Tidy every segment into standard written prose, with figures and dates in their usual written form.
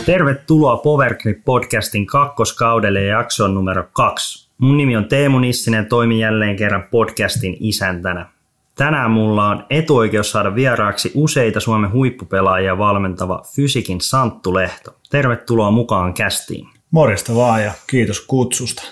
Tervetuloa Powergrip-podcastin kakkoskaudelle ja jakson numero 2. Mun nimi on Teemu Nissinen, toimin jälleen kerran podcastin isäntänä. Tänään mulla on etuoikeus saada vieraaksi useita Suomen huippupelaajia valmentava fysiikin Santtu Lehto. Tervetuloa mukaan kästiin. Morjesta vaan ja kiitos kutsusta.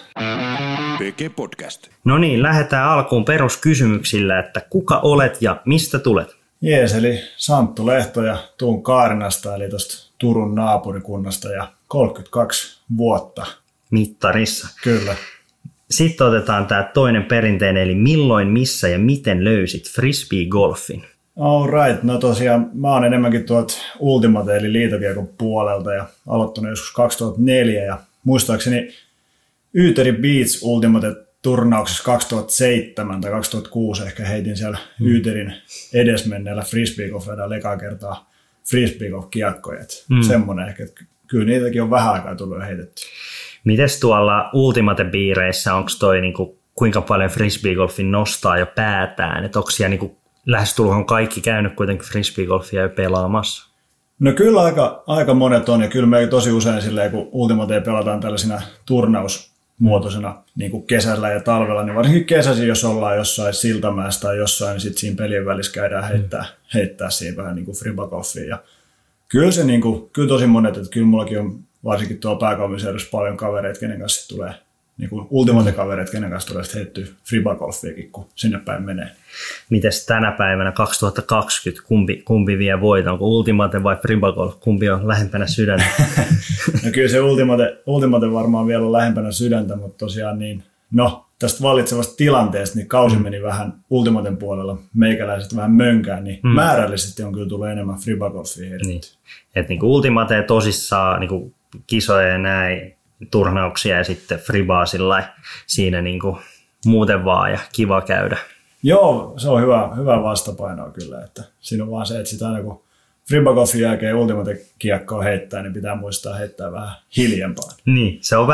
PG Podcast. No niin, lähdetään alkuun peruskysymyksillä, että kuka olet ja mistä tulet? Jees, eli Santtu Lehto ja tuun Kaarinasta, eli tuosta Turun naapurikunnasta ja 32 vuotta. Mittarissa. Kyllä. Sitten otetaan tämä toinen perinteinen, eli milloin, missä ja miten löysit frisbee-golfin? All right, no tosiaan mä oon enemmänkin tuolta Ultimate eli liitokiekon puolelta ja aloittanut joskus 2004 ja muistaakseni Yyteri Beach Ultimate-turnauksessa 2007 tai 2006 ehkä heitin siellä Yyterin edesmenneellä frisbeegolfilla ekaa kertaa frisbeegolf-kiekkoja. Semmoinen ehkä, että kyllä niitäkin on vähän aikaa tullut heitetty. Mites tuolla Ultimate-piireissä, onko toi kuinka paljon frisbeegolfin nostaa jo päätään? Että onko siellä lähestulkoon kaikki käynyt kuitenkin frisbeegolfia jo pelaamassa? No kyllä aika monet on, ja kyllä me tosi usein silleen, kun Ultimate pelataan tällaisina turnausmuotoisena niin kuin kesällä ja talvella, niin varsinkin kesäisin, jos ollaan jossain Siltamäessä tai jossain, niin sitten siinä pelien välissä käydään heittää siinä vähän niin kuin fribagolfia. Ja kyllä se kyllä tosi monet, että kyllä mullakin on varsinkin tuolla pääkaupunkiseudussa paljon kavereita, kenen kanssa tulee niin kuin Ultimate-kavereita, kenen kanssa tulee sitten heittyä fribagolfiakin, kun sinne päin menee. Mites tänä päivänä 2020, kumpi vie voiton, onko Ultimate vai fribagolf, kumpi on lähempänä sydäntä? No kyllä se Ultimate varmaan vielä on lähempänä sydäntä, mutta tosiaan tästä vallitsevasta tilanteesta niin kausi meni vähän Ultimaten puolella, meikäläiset vähän mönkään, niin määrällisesti on kyllä tullut enemmän fribagolfia heitetty. Niin. Että Ultimate tosissaan kisoja ja näin, turnauksia ja sitten fribaa siinä muuten vaan ja kiva käydä. Joo, se on hyvä vastapainoa kyllä, että siinä on vaan se, että aina kun fribagolfin jälkeen Ultimate-kiekkoa heittää, niin pitää muistaa heittää vähän hiljempaa. Niin, se on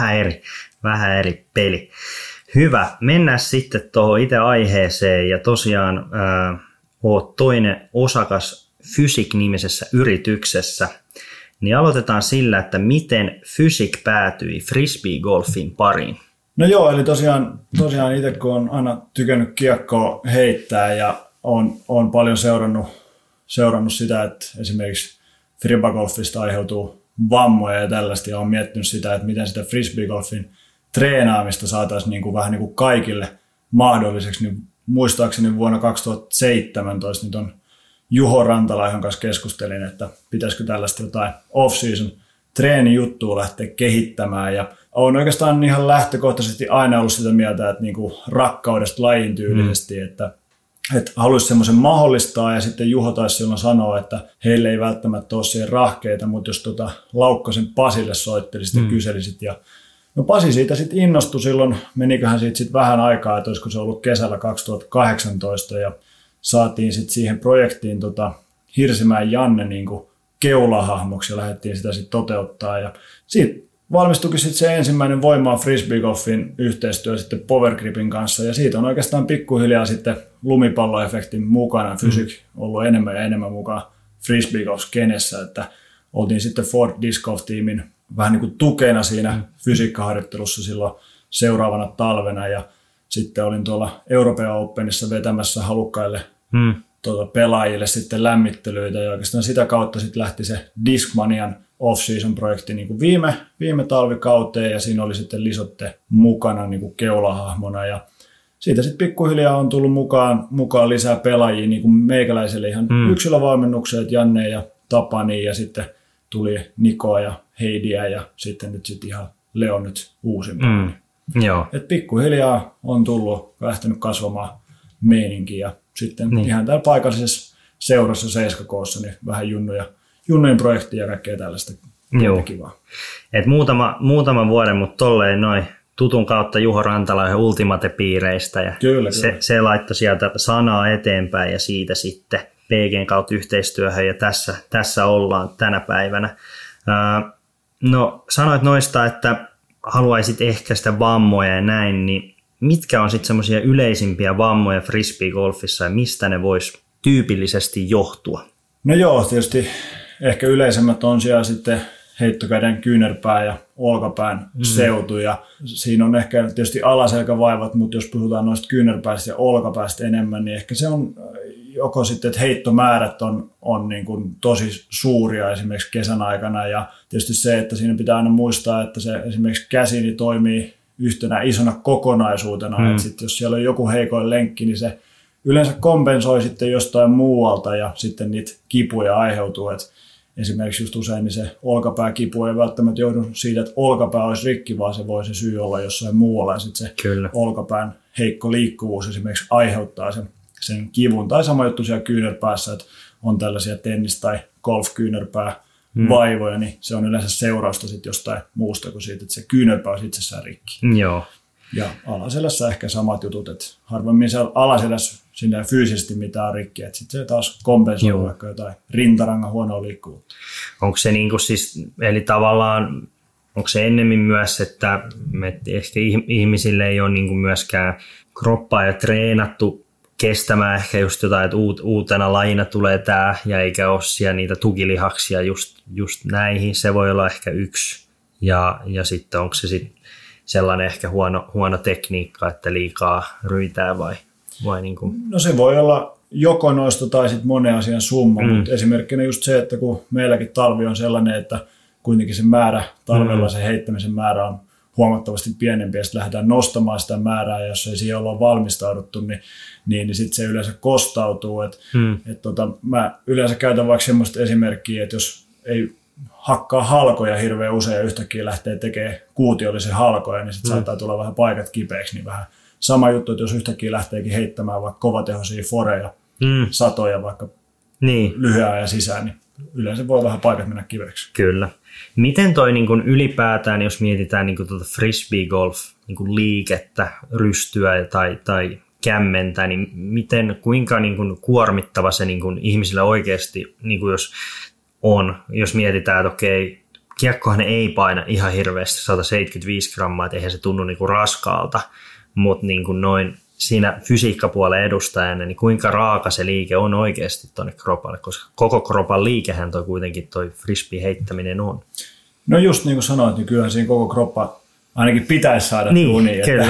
vähän eri peli. Hyvä, mennään sitten tuohon itse aiheeseen ja tosiaan oot toinen osakas Fysiik-nimisessä yrityksessä. Niin aloitetaan sillä, että miten Fysiik päätyi frisbee-golfin pariin. No joo, eli tosiaan itse kun on aina tykännyt kiekkoa heittää ja on paljon seurannut sitä, että esimerkiksi fribagolfista aiheutuu vammoja ja tällaista, ja on miettinyt sitä, että miten sitä frisbeegolfin treenaamista saataisiin vähän niin kuin kaikille mahdolliseksi, niin muistaakseni vuonna 2017 nyt on Juho Rantala, johon kanssa keskustelin, että pitäisikö tällaista jotain off-season treenijuttua lähteä kehittämään. Ja olen oikeastaan ihan lähtökohtaisesti aina ollut sitä mieltä, että rakkaudesta lajin tyylisesti, että haluaisi semmoisen mahdollistaa. Ja sitten Juho taisi silloin sanoa, että heille ei välttämättä ole siihen rahkeita, mutta jos Laukkasen Pasille soittelisit ja kyselisit. Ja no Pasi siitä sitten innostui silloin, meniköhän siitä sitten vähän aikaa, että olisiko se ollut kesällä 2018 ja saatiin sitten siihen projektiin Hirsimäen Janne keulahahmoksi ja lähdettiin sitä sitten toteuttaa. Ja siitä valmistuikin sitten se ensimmäinen Voimaa frisbeegolfin yhteistyö sitten Powergripin kanssa. Ja siitä on oikeastaan pikkuhiljaa sitten lumipalloefektin mukana. Fysiik ollut enemmän ja enemmän mukaan frisbeegolf-skenessä. Että oltiin sitten Ford Disc Golf-tiimin vähän niin kuin tukena siinä fysiikkaharjoittelussa silloin seuraavana talvena. Ja sitten olin tuolla European Openissa vetämässä halukkaille pelaajille sitten lämmittelyitä ja oikeastaan sitä kautta sitten lähti se Discmanian off-season-projekti viime talvikauteen ja siinä oli sitten Lisotte mukana keulahahmona ja siitä sitten pikkuhiljaa on tullut mukaan lisää pelaajia meikäläiselle ihan yksilövalmennukseen, Janne ja Tapani ja sitten tuli Nikoa ja Heidiä ja sitten nyt sitten ihan Leo nyt uusimpana. Joo. Et pikkuhiljaa on lähtenyt kasvamaan meininki ja sitten ihan täällä paikallisessa seurassa Seiskakoossa niin vähän junnujen projektia ja kaikkea tällaista kivaa. Et muutama vuoden, mutta tolleen noin tutun kautta Juho Rantala ja Ultimate-piireistä ja kyllä. Se laittoi sieltä sanaa eteenpäin ja siitä sitten PG:n kautta yhteistyöhön ja tässä ollaan tänä päivänä. No sanoit noista, että haluaisit ehkäistä vammoja ja näin, niin mitkä on sitten semmoisia yleisimpiä vammoja frisbeegolfissa ja mistä ne vois tyypillisesti johtua? No joo, tietysti ehkä yleisemmät on siellä sitten heittokäden kyynärpää ja olkapään seutu. Ja siinä on ehkä tietysti alaselkävaivat, mutta jos puhutaan noista kyynärpäästä ja olkapäästä enemmän, niin ehkä se on joko sitten, että heittomäärät on niin kuin tosi suuria esimerkiksi kesän aikana. Ja tietysti se, että siinä pitää aina muistaa, että se esimerkiksi käsi niin toimii yhtenä isona kokonaisuutena. Että sit, jos siellä on joku heikoin lenkki, niin se yleensä kompensoi sitten jostain muualta ja sitten niitä kipuja aiheutuu. Et esimerkiksi just usein niin se olkapääkipu ei välttämättä johdu siitä, että olkapää olisi rikki, vaan se voi se syy olla jossain muualla. Ja sitten se olkapään heikko liikkuvuus esimerkiksi aiheuttaa sen kivun. Tai sama juttu siellä kyynärpäässä, että on tällaisia tennis- tai golf-kyynärpää vaivoja, niin se on yleensä seurausta sitten jostain muusta kuin siitä, että se kyynärpää on itsessään rikki. Joo. Ja alaselässä ehkä samat jutut, että harvemmin se alaselässä sinne fyysisesti mitään rikki, että sitten se taas kompensoi vaikka jotain rintarangan huonoa liikkuvuutta. Onko se niin kuin siis, eli tavallaan, onko se ennemmin myös, että ehkä ihmisille ei ole niin kuin myöskään kroppaa ja treenattu kestämään ehkä just jotain, että uutena lajina tulee tämä ja eikä ole siellä niitä tukilihaksia just näihin, se voi olla ehkä yksi. Ja sitten onko se sitten sellainen ehkä huono tekniikka, että liikaa ryitää vai niin kuin? No se voi olla joko noista tai sitten monen asian summa, mutta esimerkkinä just se, että kun meilläkin talvi on sellainen, että kuitenkin se määrä, talvella se heittämisen määrä on huomattavasti pienempi ja sitten lähdetään nostamaan sitä määrää ja jos ei siihen olla valmistauduttu, niin sitten se yleensä kostautuu. Mä yleensä käytän vaikka semmoista esimerkkiä, että jos ei hakkaa halkoja hirveän usein ja yhtäkkiä lähtee tekemään kuutiollisen halkoja, niin sitten saattaa tulla vähän paikat kipeäksi. Niin vähän sama juttu, että jos yhtäkkiä lähteekin heittämään vaikka kovatehoisia foreja, satoja vaikka lyhyen ja sisään, niin yleensä voi vähän paikat mennä kiveksi. Kyllä. Miten toi niin kun ylipäätään, jos mietitään niin kun tuota frisbee-golf niin kun liikettä, rystyä tai kämmentä, niin kuinka niin kun kuormittava se niin kun ihmisille oikeasti, niin kun jos mietitään, että okei, kiekkohan ei paina ihan hirveästi 175 grammaa, että eihän se tunnu niin kuin raskaalta, mutta niin kuin noin siinä fysiikkapuolen edustajana, niin kuinka raaka se liike on oikeasti tuonne kropalle, koska koko kropan liikehän toi kuitenkin toi frisbee-heittäminen on. No just niin kuin sanoit, niin kyllähän siinä koko kroppa ainakin pitäisi saada duuniin. Kyllä.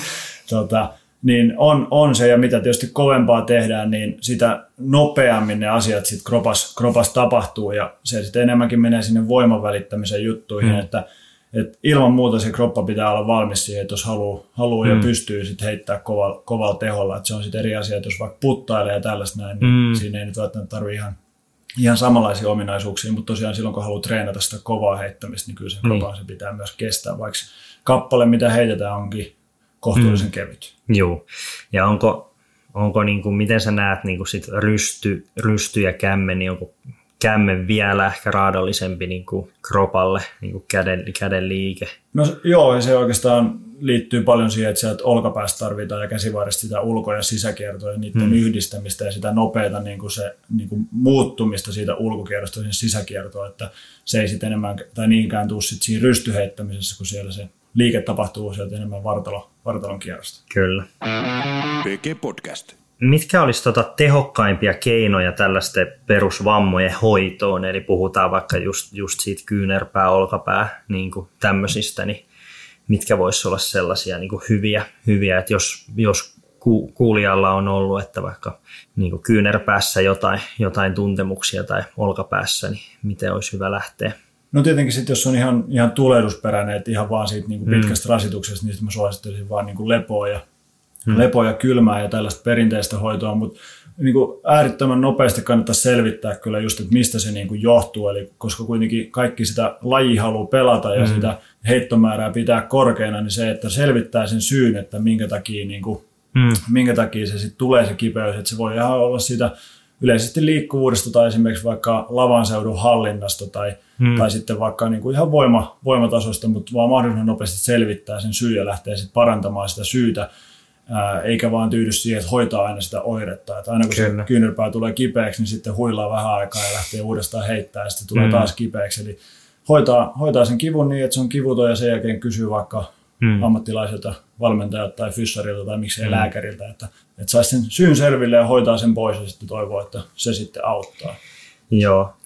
Niin on se, ja mitä tietysti kovempaa tehdään, niin sitä nopeammin ne asiat sit kropas tapahtuu, ja se sitten enemmänkin menee sinne voiman välittämisen juttuihin, että ilman muuta se kroppa pitää olla valmis siihen, että jos haluaa ja pystyy sit heittää kovalla teholla, että se on sitten eri asia, että jos vaikka puttailee ja tällaista näin, niin siinä ei nyt välttämättä tarvitse ihan samanlaisia ominaisuuksia, mutta tosiaan silloin kun haluaa treenata sitä kovaa heittämistä, niin kyllä se kropan se pitää myös kestää, vaikka kappale mitä heitetään onkin kohtuullisen kevyt. Joo. Ja onko niin kuin, miten sä näet niin kuin sit rysty ja kämmen, niin onko kämmen vielä ehkä raadollisempi niin kuin kropalle, niin kuin käden liike? No joo, ja se oikeastaan liittyy paljon siihen, että sieltä olkapäästä tarvitaan ja käsivarresta sitä ulko- ja sisäkiertoa ja niiden yhdistämistä ja sitä nopeata niin kuin se, niin kuin muuttumista siitä ulkokierrosta ja sisäkiertoa, että se ei sitten enemmän tai niinkään tule sit siinä rystyheittämisessä, kun siellä se liike tapahtuu sieltä enemmän vartalon kierrosta. Kyllä. PG Podcast. Mitkä olisi tehokkaimpia keinoja tällaisten perusvammojen hoitoon? Eli puhutaan vaikka just siitä kyynärpää, olkapää, niin kuin tämmöisistä, niin mitkä voisi olla sellaisia niin kuin hyviä, että jos kuulijalla on ollut, että vaikka niin kuin kyynärpäässä jotain tuntemuksia tai olkapäässä, niin miten olisi hyvä lähteä? No tietenkin sitten, jos on ihan tulehdusperäinen, että ihan vaan siitä niin kuin pitkästä rasituksesta, niin mä suosittelisin vaan niin kuin lepoa ja kylmää ja tällaista perinteistä hoitoa, mutta niin kuin äärettömän nopeasti kannattaa selvittää kyllä just, että mistä se niin kuin johtuu, eli koska kuitenkin kaikki sitä lajia haluaa pelata ja sitä heittomäärää pitää korkeana, niin se, että selvittää sen syyn, että minkä takia se sitten tulee se kipeys, että se voi ihan olla siitä yleisesti liikkuvuudesta tai esimerkiksi vaikka lavanseudun hallinnasta tai sitten vaikka niin kuin ihan voimatasosta, mutta vaan mahdollisimman nopeasti selvittää sen syy ja lähtee sitten parantamaan sitä syytä, eikä vaan tyydy siihen, että hoitaa aina sitä oiretta. Että aina kun se kyynärpää tulee kipeäksi, niin sitten huilaa vähän aikaa ja lähtee uudestaan heittää ja sitten tulee taas kipeäksi. Eli hoitaa sen kivun niin, että se on kivuton ja sen jälkeen kysyy vaikka ammattilaiselta valmentajalta tai fyssarilta tai miksei lääkäriltä, että saisi sen syyn selville ja hoitaa sen pois ja sitten toivoo, että se sitten auttaa. Joo,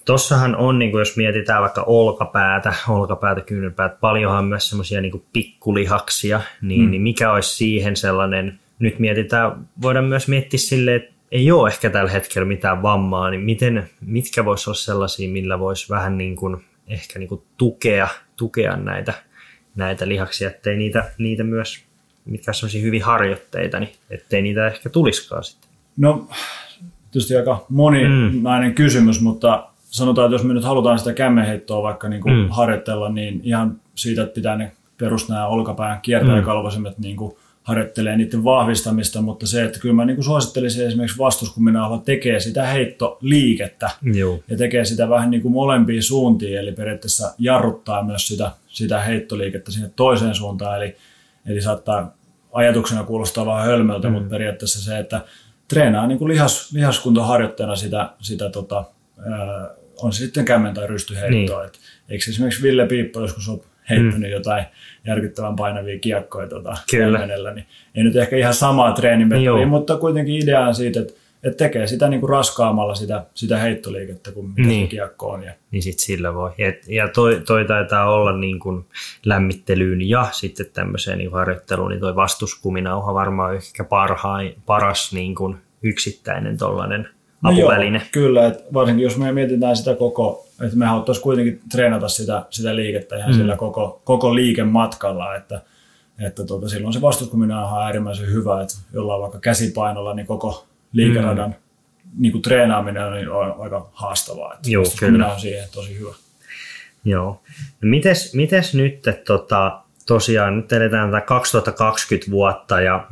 tossahan on, niin kuin jos mietitään vaikka olkapäätä, kyynärpäätä, paljonhan myös semmoisia niin pikkulihaksia, niin mikä olisi siihen sellainen, nyt voidaan myös miettiä silleen, että ei ole ehkä tällä hetkellä mitään vammaa, niin mitkä voisi olla sellaisia, millä voisi vähän niin kuin, ehkä niin kuin tukea näitä lihaksia, ettei niitä myös, mitkä on sellaisia hyvin harjoitteita, niin ettei niitä ehkä tulisikaan sitten. No, tietysti aika moninainen kysymys, mutta sanotaan, että jos me nyt halutaan sitä kämmenheittoa vaikka niin kuin harjoitella, niin ihan siitä, että pitää ne nämä olkapään kiertäjäkalvosimet niin kuin harjoittelee niiden vahvistamista, mutta se, että kyllä mä niin kuin suosittelisin esimerkiksi vastuskuminauhalla tekee sitä heittoliikettä ja tekee sitä vähän niin kuin molempiin suuntiin, eli periaatteessa jarruttaa myös sitä heittoliikettä sinne toiseen suuntaan, eli saattaa ajatuksena kuulostaa vähän hölmöltä, mutta periaatteessa se, että treenaa niin kuin lihaskuntoharjoitteena sitä on se sitten kämmen- tai rystyheittoa. Niin. Eikö esimerkiksi Ville Piippo joskus ole heittänyt jotain järkyttävän painavia kiekkoja kämmenellä, niin ei nyt ehkä ihan samaa treenimetodia, mutta kuitenkin idea on siitä, että tekee sitä niin kuin raskaamalla sitä heittoliikettä kuin mitä se kiekko on. Niin sitten sillä voi. Ja toi taitaa olla niin kuin lämmittelyyn ja sitten tämmöiseen niin harjoitteluun, niin toi vastuskuminauha varmaan ehkä paras niin kuin yksittäinen tollainen apuväline. Joo, kyllä, että varsinkin jos me mietitään sitä että me haluttaisiin kuitenkin treenata sitä liikettä ihan sillä koko liikematkalla, että silloin se vastuskuminauha on äärimmäisen hyvä, että jollain vaikka käsipainolla niin koko liikeradan niin kuin treenaaminen on aika haastavaa, että vastuskuminauha on siihen tosi hyvä. Joo. No mites nyt, tosiaan nyt eletään tätä 2020 vuotta ja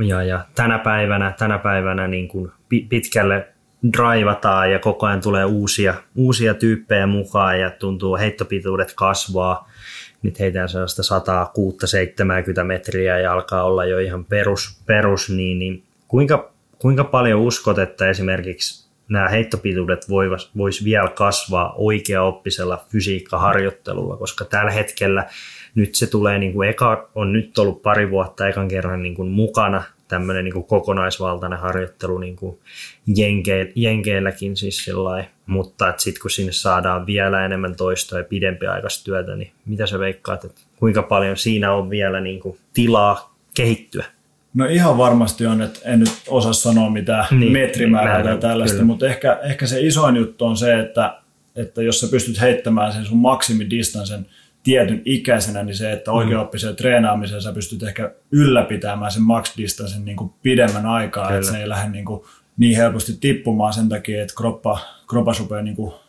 tänä päivänä niin kuin pitkälle draivataan ja koko ajan tulee uusia tyyppejä mukaan ja tuntuu heittopituudet kasvaa. Nyt heitään sellaista 106-70 metriä ja alkaa olla jo ihan perus niin kuinka paljon uskot, että esimerkiksi nämä heittopituudet vois vielä kasvaa oikeaoppisella fysiikkaharjoittelulla, koska tällä hetkellä nyt se tulee, niin kuin on nyt ollut pari vuotta ekan kerran niin kuin mukana tämmöinen niin kuin kokonaisvaltainen harjoittelu niin kuin jenkeilläkin siis sellainen, mutta sitten kun sinne saadaan vielä enemmän toistoa ja pidempiaikaista työtä, niin mitä sä veikkaat, että kuinka paljon siinä on vielä niin kuin tilaa kehittyä? No ihan varmasti on, että en nyt osaa sanoa mitään metrimäärää tai tällaista, kyllä. Mutta ehkä se isoin juttu on se, että jos sä pystyt heittämään sen sun maksimidistansen tietyn ikäisenä, niin se, että oikeaoppiseen treenaamiseen sä pystyt ehkä ylläpitämään sen max-distancen niin kuin pidemmän aikaa, kyllä. Että se ei lähde niin helposti tippumaan sen takia, että kroppa rupeaa niin kuin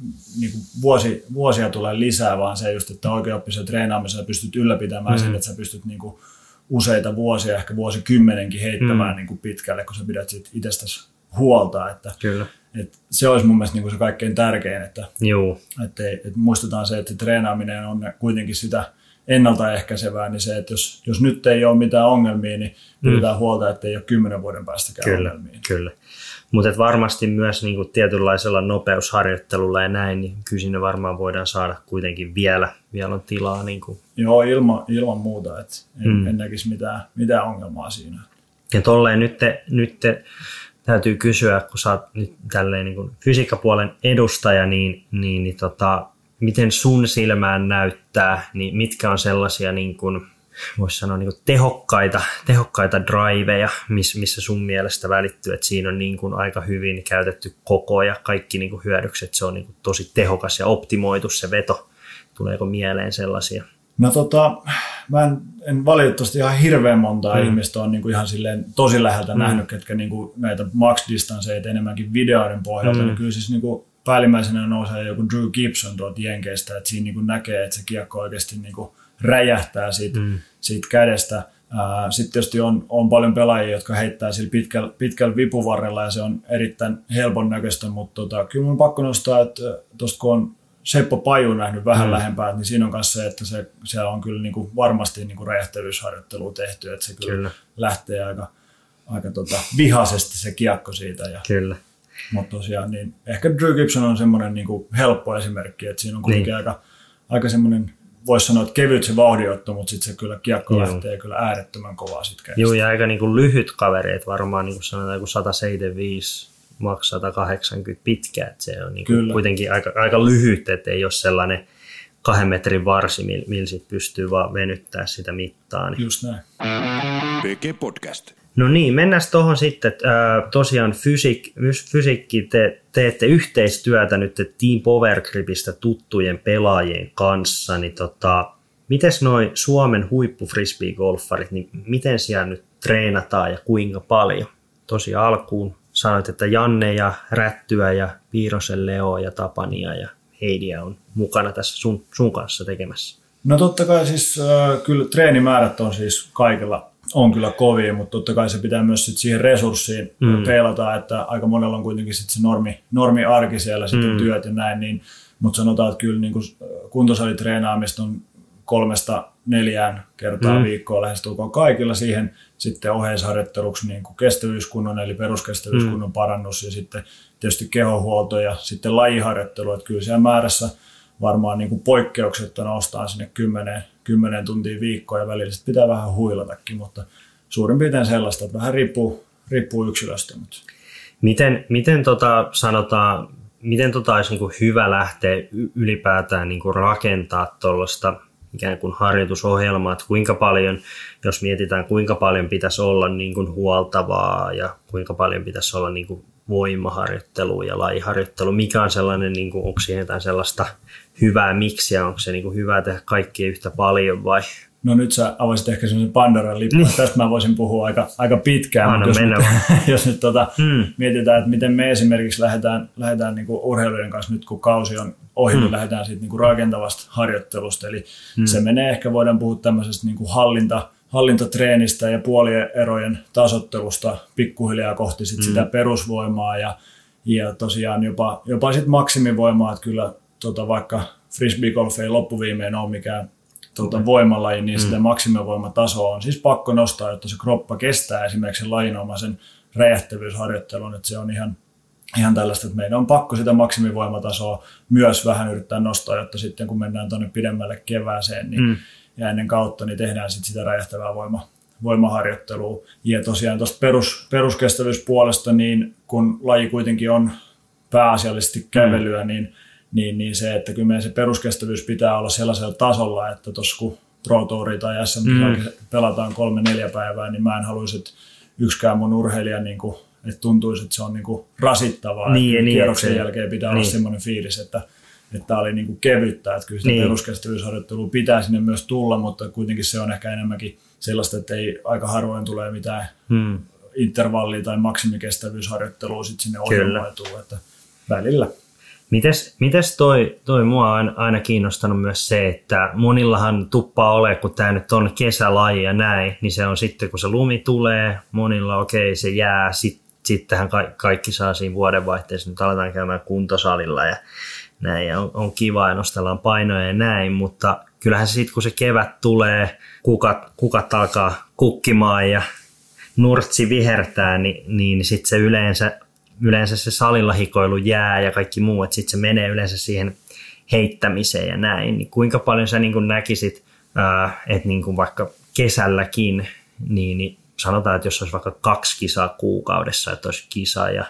vuosia tulee lisää, vaan se just, että oikeaoppiseen treenaamiseen sä pystyt ylläpitämään sen, että sä pystyt niin kuin useita vuosia, ehkä vuosikymmenenkin heittämään niin kuin pitkälle, kun sä pidät siitä itsestäsi huolta. Että se olisi mun mielestä niin kuin se kaikkein tärkein, että muistetaan se, että treenaaminen on kuitenkin sitä ennaltaehkäisevää, niin se, että jos nyt ei ole mitään ongelmia, niin pidetään huolta, että ei ole 10 vuoden päästäkään ongelmia. Kyllä. Mutta varmasti myös niin kuin tietynlaisella nopeusharjoittelulla ja näin, niin kyllä sinne varmaan voidaan saada kuitenkin vielä on tilaa. Niin kuin. Joo, ilman muuta, että en näkisi mitään ongelmaa siinä. Ja tolleen nyt täytyy kysyä, kun sä oot nyt tälleen niin kuin fysiikkapuolen edustaja, niin miten sun silmään näyttää, niin mitkä on sellaisia niin kuin, voisi sanoa niin kuin tehokkaita driveja, missä sun mielestä välittyy, että siinä on niin kuin aika hyvin käytetty koko ja kaikki niin kuin hyödyksi, että se on niin kuin tosi tehokas ja optimoitu se veto. Tuleeko mieleen sellaisia? No mä en valitettavasti ihan hirveän montaa ihmistä on niin kuin ihan silleen tosi läheltä nähnyt, ketkä niin kuin näitä max-distanceita enemmänkin videoiden pohjalta, niin kyllä siis niin kuin päällimmäisenä nousee joku Drew Gibson tuolta Jenkeistä, että siinä niin kuin näkee, että se kiekko oikeasti niin kuin räjähtää siitä kädestä. Sitten tietysti on paljon pelaajia, jotka heittää sillä pitkällä vipuvarrella ja se on erittäin helpon näköistä, mutta kyllä mun on pakko nostaa, että tuosta kun on Seppo Paju nähnyt vähän lähempää, niin siinä on myös se, että siellä on kyllä niin kuin varmasti niin kuin räjähtävyysharjoittelua tehty, että se kyllä. Lähtee aika vihaisesti se kiekko siitä. Kyllä. Mutta tosiaan niin ehkä Drew Gibson on semmoinen niin kuin helppo esimerkki, että siinä on kuitenkin aika semmoinen, voisi sanoa, että kevyt se vauhdinotto, mutta sitten se kyllä kiekko lähtee kyllä äärettömän kovaa sitten kädestä. Joo, ja aika niin kuin lyhyt kaveri, että varmaan niin kuin sanotaan joku 175 maks 180 pitkä, että se on niin kuitenkin aika lyhyt, että ei ole sellainen 2 metrin varsi, millä sit pystyy vaan venyttää sitä mittaa. Niin. Just näin. PG Podcast. No niin, mennään tuohon sitten. Tosiaan fysiikki teette yhteistyötä nyt Team Powergripistä tuttujen pelaajien kanssa. Niin mites noi Suomen huippufrisbee-golfarit, niin miten siellä nyt treenataan ja kuinka paljon? Tosiaan alkuun sanoit, että Janne ja Rättyä ja Piirosen Leo ja Tapania ja Heidiä on mukana tässä sun kanssa tekemässä. No totta kai siis kyllä treenimäärät on siis kaikilla on kyllä kovia, mutta totta kai se pitää myös sit siihen resurssiin peilata, että aika monella on kuitenkin sit se normi arki siellä, sitten työt ja näin, niin, mutta sanotaan, että kyllä niin kuntosalitreenaamista on 3-4 kertaa viikkoa lähestulkoon kaikilla siihen sitten oheisharjoitteluksi niin kuin kestävyyskunnon eli peruskestävyyskunnon parannus ja sitten tietysti kehonhuolto ja sitten lajiharjoittelu, että kyllä siellä määrässä varmaan niin kuin poikkeuksetta nostaa sinne 10 tuntia viikkoa ja välillä pitää vähän huilatakin, mutta suurin piirtein sellaista, että vähän riippuu yksilöstä. Mutta. Miten sanotaan, miten olisi niin kuin hyvä lähteä ylipäätään niin kuin rakentaa tuollaista ikään kuin harjoitusohjelmaa, että kuinka paljon, jos mietitään kuinka paljon pitäisi olla niin kuin huoltavaa ja kuinka paljon pitäisi olla niin kuin voimaharjoittelua ja lajiharjoittelu, mikä on sellainen, niin kuin, onko siihen jotain sellaista hyvää miksiä, onko se niin kuin hyvä tehdä kaikkia yhtä paljon vai? No nyt sä avasit ehkä sellaisen Pandoran lippaan, tästä mä voisin puhua aika pitkään, mutta jos nyt mietitään, että miten me esimerkiksi lähdetään niin kuin urheilijoiden kanssa nyt kun kausi on ohi, niin lähdetään siitä niin kuin rakentavasta harjoittelusta, eli se menee ehkä, voidaan puhua tämmöisestä niin kuin hallintatreenistä ja puolierojen tasoittelusta pikkuhiljaa kohti sitä perusvoimaa ja tosiaan jopa sit maksimivoimaa, että kyllä vaikka frisbeegolf ei loppuviimein ole mikään voimalaji, niin sitä maksimivoimatasoa on siis pakko nostaa, jotta se kroppa kestää esimerkiksi lajinomaisen räjähtävyysharjoittelun, että se on ihan tällaista, että meidän on pakko sitä maksimivoimatasoa myös vähän yrittää nostaa, jotta sitten kun mennään tuonne pidemmälle kevääseen niin, ja ennen kautta, niin tehdään sitten sitä räjähtävää voimaharjoittelua. Ja tosiaan tuosta peruskestävyyspuolesta, niin kun laji kuitenkin on pääasiallisesti kävelyä, niin se, että kyllä meidän se peruskestävyys pitää olla sellaisella tasolla, että tuossa kun Pro Touri tai SM pelataan 3-4 päivää, niin mä en haluaisi, että yksikään mun urheilija niin kuin, että tuntuisi, että se on niin kuin rasittavaa. Kierroksen jälkeen pitää olla semmoinen fiilis, että tämä oli niin kuin kevyttä, että kyllä sitä peruskestävyysharjoittelua pitää sinne myös tulla, mutta kuitenkin se on ehkä enemmänkin sellaista, että ei aika harvoin tulee mitään intervallia tai maksimikestävyysharjoittelua sitten sinne ohjelmoituu, että välillä. Mites toi mua on aina kiinnostanut myös se, että monillahan tuppaa ole, kun tämä nyt on kesälaji ja näin, niin se on sitten kun se lumi tulee, monilla se jää, sittenhän kaikki saa siinä vuodenvaihteessa, nyt aletaan käymään kuntosalilla ja näin, ja on kiva ja nostellaan painoja ja näin, mutta kyllähän se sitten kun se kevät tulee, kukat alkaa kukkimaan ja nurtsi vihertää, niin sitten se yleensä se salilla hikoilu jää ja kaikki muu, että sitten se menee yleensä siihen heittämiseen ja näin. Niin kuinka paljon sä niin kuin näkisit, että niin kuin vaikka kesälläkin, niin sanotaan, että jos olisi vaikka 2 kisaa kuukaudessa, että olisi kisa ja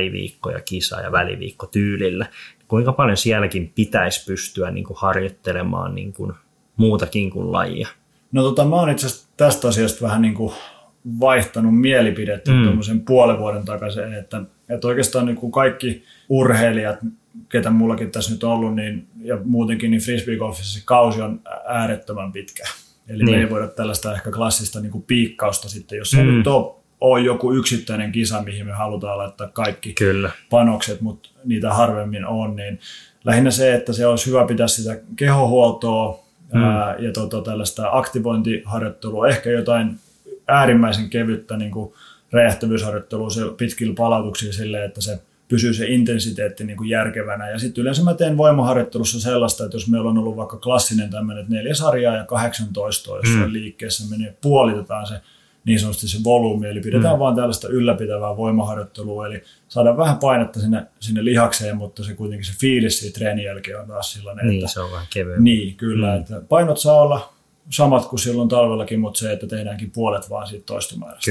väliviikko tyylillä, kuinka paljon sielläkin pitäisi pystyä niin kuin harjoittelemaan niin kuin muutakin kuin lajia? No mä oon itse asiassa tästä asiasta vähän niin kuin vaihtanut mielipidettä tuommoisen puolen vuoden takaisin, että oikeastaan niin kuin kaikki urheilijat, ketä mullakin tässä nyt on ollut, niin, ja muutenkin niin frisbeegolfissa se kausi on äärettömän pitkä. Eli me ei voida tällaista ehkä klassista niin kuin piikkausta sitten, jos se nyt on joku yksittäinen kisa, mihin me halutaan laittaa kaikki panokset, mutta niitä harvemmin on, niin lähinnä se, että se olisi hyvä pitää sitä kehohuoltoa ja tällaista aktivointiharjoittelua, ehkä jotain äärimmäisen kevyttä niin kuin räjähtävyysharjoittelua pitkillä palautuksilla silleen, että se pysyy se intensiteetti niin kuin järkevänä. Ja sitten yleensä mä teen voimaharjoittelussa sellaista, että jos meillä on ollut vaikka klassinen tämmöinen 4 sarjaa ja 18, jossain liikkeessä menee, puolitetaan se niin sanotusti se volyymi, eli pidetään vaan tällaista ylläpitävää voimaharjoittelua, eli saadaan vähän painetta sinne lihakseen, mutta se kuitenkin se fiilis siitä treenin jälkeen on taas sellainen, niin, että se on vähän kevyempi. Niin, kyllä, että painot saa olla samat kuin silloin talvellakin, mutta se, että tehdäänkin puolet vaan siitä toistomäärästä. Kyllä.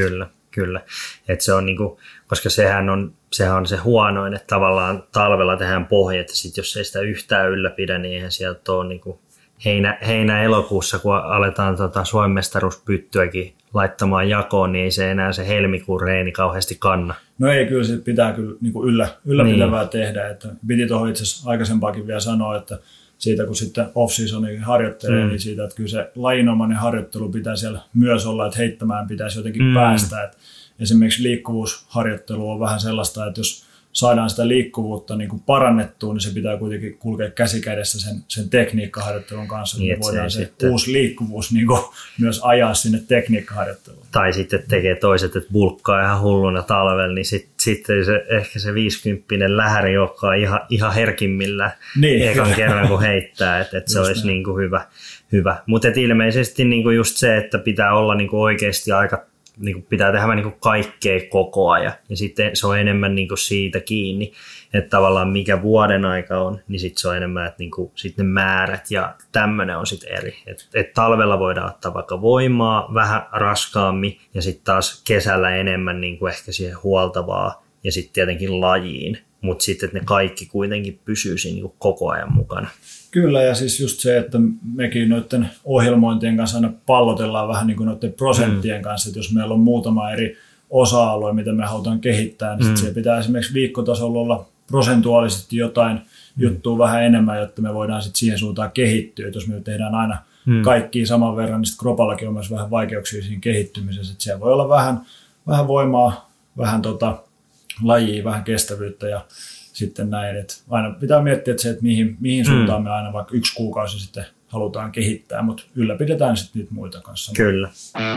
kyllä. Et se on niinku, koska sehän on se huonoin, että tavallaan talvella tehdään pohja, että sit jos ei sitä yhtään ylläpidä, niin eihän sieltä ole niinku heinä-elokuussa, kun aletaan Suomen mestaruuspyttyäkin laittamaan jakoon, niin ei se enää se helmikuun reeni kauheasti kanna. No ei, kyllä se pitää kyllä niinku ylläpitävää tehdä. Että piti tuohon itse asiassa aikaisempaakin vielä sanoa, että siitä kun sitten off-seasoniin harjoittelee, niin siitä, että kyllä se lajinomainen harjoittelu pitää siellä myös olla, että heittämään pitäisi jotenkin päästä. Että esimerkiksi liikkuvuusharjoittelu on vähän sellaista, että jos saadaan sitä liikkuvuutta niin kuin parannettua, niin se pitää kuitenkin kulkea käsikädessä sen tekniikkaharjoittelun kanssa, niin me voidaan se uusi liikkuvuus niin kuin myös ajaa sinne tekniikkaharjoitteluun. Tai sitten tekee toiset, että bulkkaa ihan hulluna talvella, niin sitten se, ehkä se 50 lähäri, joka on ihan herkimmillään ekan kerran, kun heittää, että se olisi niin kuin hyvä. Mutta ilmeisesti niin kuin just se, että pitää olla niin kuin oikeasti aika niin pitää tehdä niin kaikkea koko ajan, ja sitten se on enemmän niin siitä kiinni, että tavallaan mikä vuoden aika on, niin sitten se on enemmän, että niin sitten ne määrät ja tämmöinen on sitten eri. Et talvella voidaan ottaa vaikka voimaa vähän raskaammin, ja sitten taas kesällä enemmän niin ehkä siihen huoltavaa, ja sitten tietenkin lajiin, mutta sitten että ne kaikki kuitenkin pysyy siinä niin koko ajan mukana. Kyllä, ja siis just se, että mekin noiden ohjelmointien kanssa aina pallotellaan vähän niin kuin noiden prosenttien kanssa, että jos meillä on muutama eri osa-alue, mitä me halutaan kehittää, niin sitten pitää esimerkiksi viikkotasolla olla prosentuaalisesti jotain juttua vähän enemmän, jotta me voidaan sitten siihen suuntaan kehittyä. Et jos me tehdään aina kaikkia saman verran, niin sitten kropallakin on myös vähän vaikeuksia siinä kehittymisessä. Et siellä voi olla vähän voimaa, vähän lajia, vähän kestävyyttä ja sitten näin, että aina pitää miettiä, että mihin suuntaan me aina vaikka 1 kuukausi sitten halutaan kehittää, mutta ylläpidetään sitten niitä muita kanssa. Kyllä.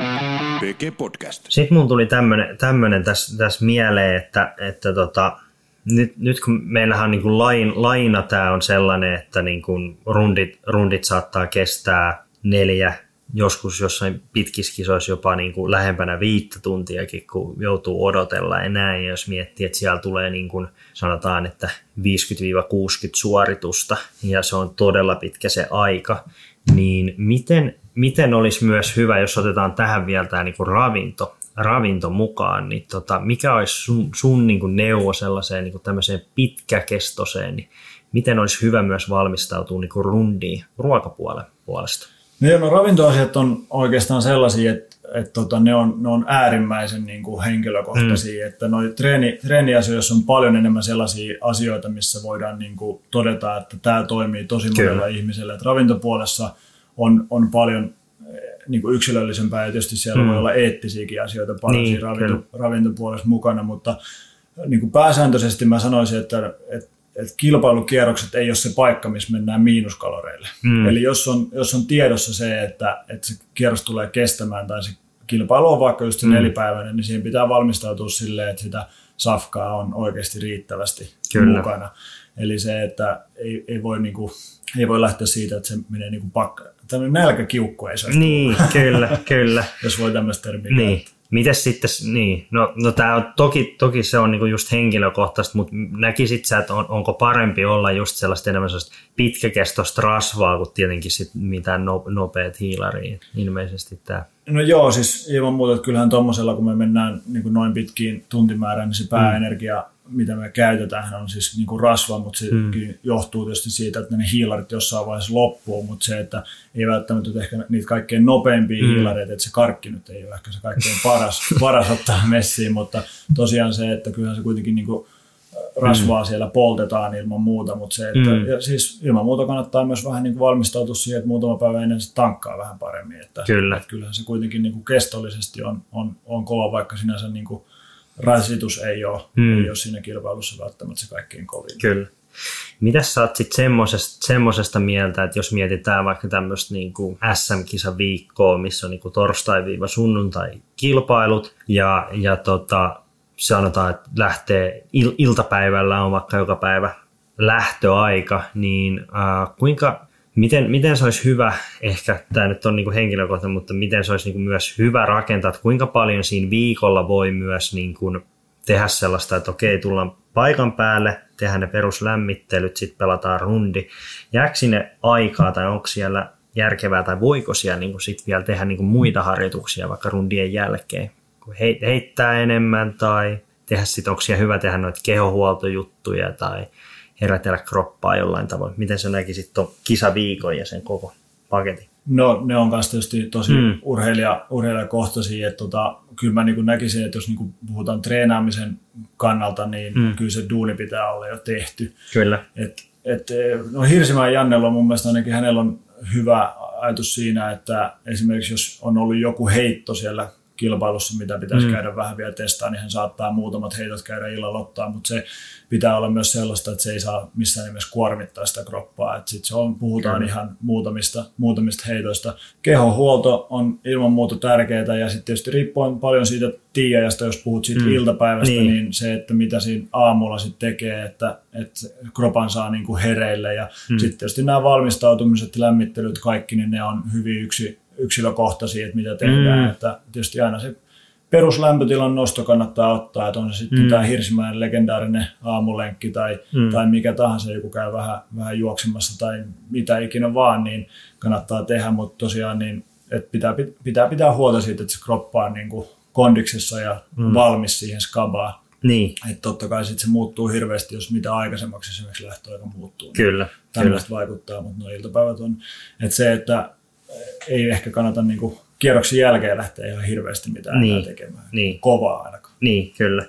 PG Podcast. Sitten mun tuli tämmöinen tässä mieleen, että nyt kun meillähän niin kuin laina tämä on sellainen, että niin kuin rundit saattaa kestää 4, joskus jossain pitkissä kisoissa jopa niin kuin lähempänä 5 tuntiakin, kun joutuu odotella ja näin. Ja jos miettii, että siellä tulee niin kuin sanotaan, että 50-60 suoritusta ja se on todella pitkä se aika, niin miten olisi myös hyvä, jos otetaan tähän vielä tämä niin kuin ravinto mukaan, niin mikä olisi sun niin kuin neuvo sellaiseen niin kuin tämmöiseen pitkäkestoiseen, niin miten olisi hyvä myös valmistautua niin kuin rundiin ruokapuolen puolesta? No ravintoasiat on oikeastaan sellaisia, että ne on äärimmäisen niin kuin henkilökohtaisia, että noi treeniasioissa on paljon enemmän sellaisia asioita, missä voidaan niin kuin todeta, että tämä toimii tosi monella ihmisellä. Että ravintopuolessa on paljon niin kuin yksilöllisempää ja tietysti siellä voi olla eettisiäkin asioita paljon siinä ravintopuolessa mukana, mutta niin kuin pääsääntöisesti mä sanoisin, että kilpailukierrokset ei ole se paikka, missä mennään miinuskaloreille. Eli jos on tiedossa se, että se kierros tulee kestämään tai se kilpailu on vaikka just se 4-päiväinen, niin siihen pitää valmistautua silleen, että sitä safkaa on oikeasti riittävästi mukana. Eli se, että ei voi lähteä siitä, että se menee niin kuin tämmöinen nälkäkiukku ei saa. Niin, kyllä. Jos voi tämmöistä termiä niin. Mites sitten, niin, no tämä on toki se on niinku just henkilökohtaista, mutta näkisit sä, että onko parempi olla just sellaista enemmän sellaista pitkäkestoista rasvaa kuin tietenkin sit mitään nopeat hiilariin ilmeisesti tämä. No joo, siis ilman muuta, että kyllähän tuommoisella, kun me mennään niin kuin noin pitkiin tuntimäärään, niin se pääenergia, mitä me käytetään, on siis niin kuin rasva, mutta se johtuu tietysti siitä, että ne hiilarit jossain vaiheessa loppuu, mutta se, että ei välttämättä ehkä niitä kaikkein nopeimpia hiilareita, että se karkki nyt ei ole ehkä se kaikkein paras ottaa messiin, mutta tosiaan se, että kyllähän se kuitenkin niin kuin rasvaa siellä poltetaan ilman muuta, mutta se, että ja siis ilman muuta kannattaa myös vähän niin kuin valmistautua siihen, että muutama päivä ennen se tankkaa vähän paremmin, että kyllähän se kuitenkin niin kuin kestollisesti on kova, vaikka sinänsä niin kuin rasitus ei ole siinä kilpailussa välttämättä se kaikkein kovin. Kyllä. Mitäs sä oot sitten semmosesta mieltä, että jos mietitään vaikka tämmöistä niinku SM-kisaviikkoa, missä on niinku torstai-sunnuntai kilpailut ja sanotaan, että lähtee iltapäivällä on vaikka joka päivä lähtöaika, niin miten se olisi hyvä, ehkä tämä nyt on niinku henkilökohtainen, mutta miten se olisi niinku myös hyvä rakentaa, että kuinka paljon siinä viikolla voi myös niinku tehdä sellaista, että okei, tullaan paikan päälle, tehdään ne peruslämmittelyt, sitten pelataan rundi. Jääkö sinne aikaa tai onko siellä järkevää tai voiko siellä niinku sit vielä tehdä niinku muita harjoituksia vaikka rundien jälkeen? heittää enemmän tai tehdä sit, onko siellä hyvä tehdä noita kehohuoltojuttuja tai herätellä kroppaa jollain tavoin. Miten sä näkisit tuon kisaviikon ja sen koko paketin? No ne on myös tietysti tosi urheilijakohtaisia, että kyllä mä niin näkisin, että jos niin puhutaan treenaamisen kannalta, niin kyllä se duuni pitää olla jo tehty. Kyllä. No Hirsimäen Jannella on mun mielestä ainakin hänellä on hyvä ajatus siinä, että esimerkiksi jos on ollut joku heitto siellä kilpailussa, mitä pitäisi käydä vähän vielä testaa, niin hän saattaa muutamat heitot käydä illalla ottaa, mutta se pitää olla myös sellaista, että se ei saa missään nimessä kuormittaa sitä kroppaa. Sitten puhutaan ihan muutamista heitoista. Kehohuolto on ilman muuta tärkeää ja sitten tietysti riippuen paljon siitä tiiäjästä, jos puhut siitä iltapäivästä, niin se, että mitä siinä aamulla sitten tekee, että kropan saa niinku hereille ja sitten tietysti nämä valmistautumiset ja lämmittelyt kaikki, niin ne on hyvin yksilökohtaisia, että mitä tehdään. Että tietysti aina se peruslämpötilan nosto kannattaa ottaa, että on se sitten tämä Hirsimäen legendaarinen aamulenkki tai mikä tahansa, joku käy vähän juoksemassa tai mitä ikinä vaan, niin kannattaa tehdä, mutta tosiaan niin, että pitää huolta siitä, että se kroppa on niin kuin kondiksessa ja valmis siihen skabaan. Niin. Että totta kai sitten se muuttuu hirveästi, jos mitä aikaisemmaksi esimerkiksi lähtöaika muuttuu. Kyllä. Tämmöistä vaikuttaa, mutta nuo iltapäivät on, että se, että ei ehkä kannata niinku kierroksen jälkeen lähteä ihan hirveästi mitään tekemään. Niin. Kovaa ainakaan. Niin, kyllä.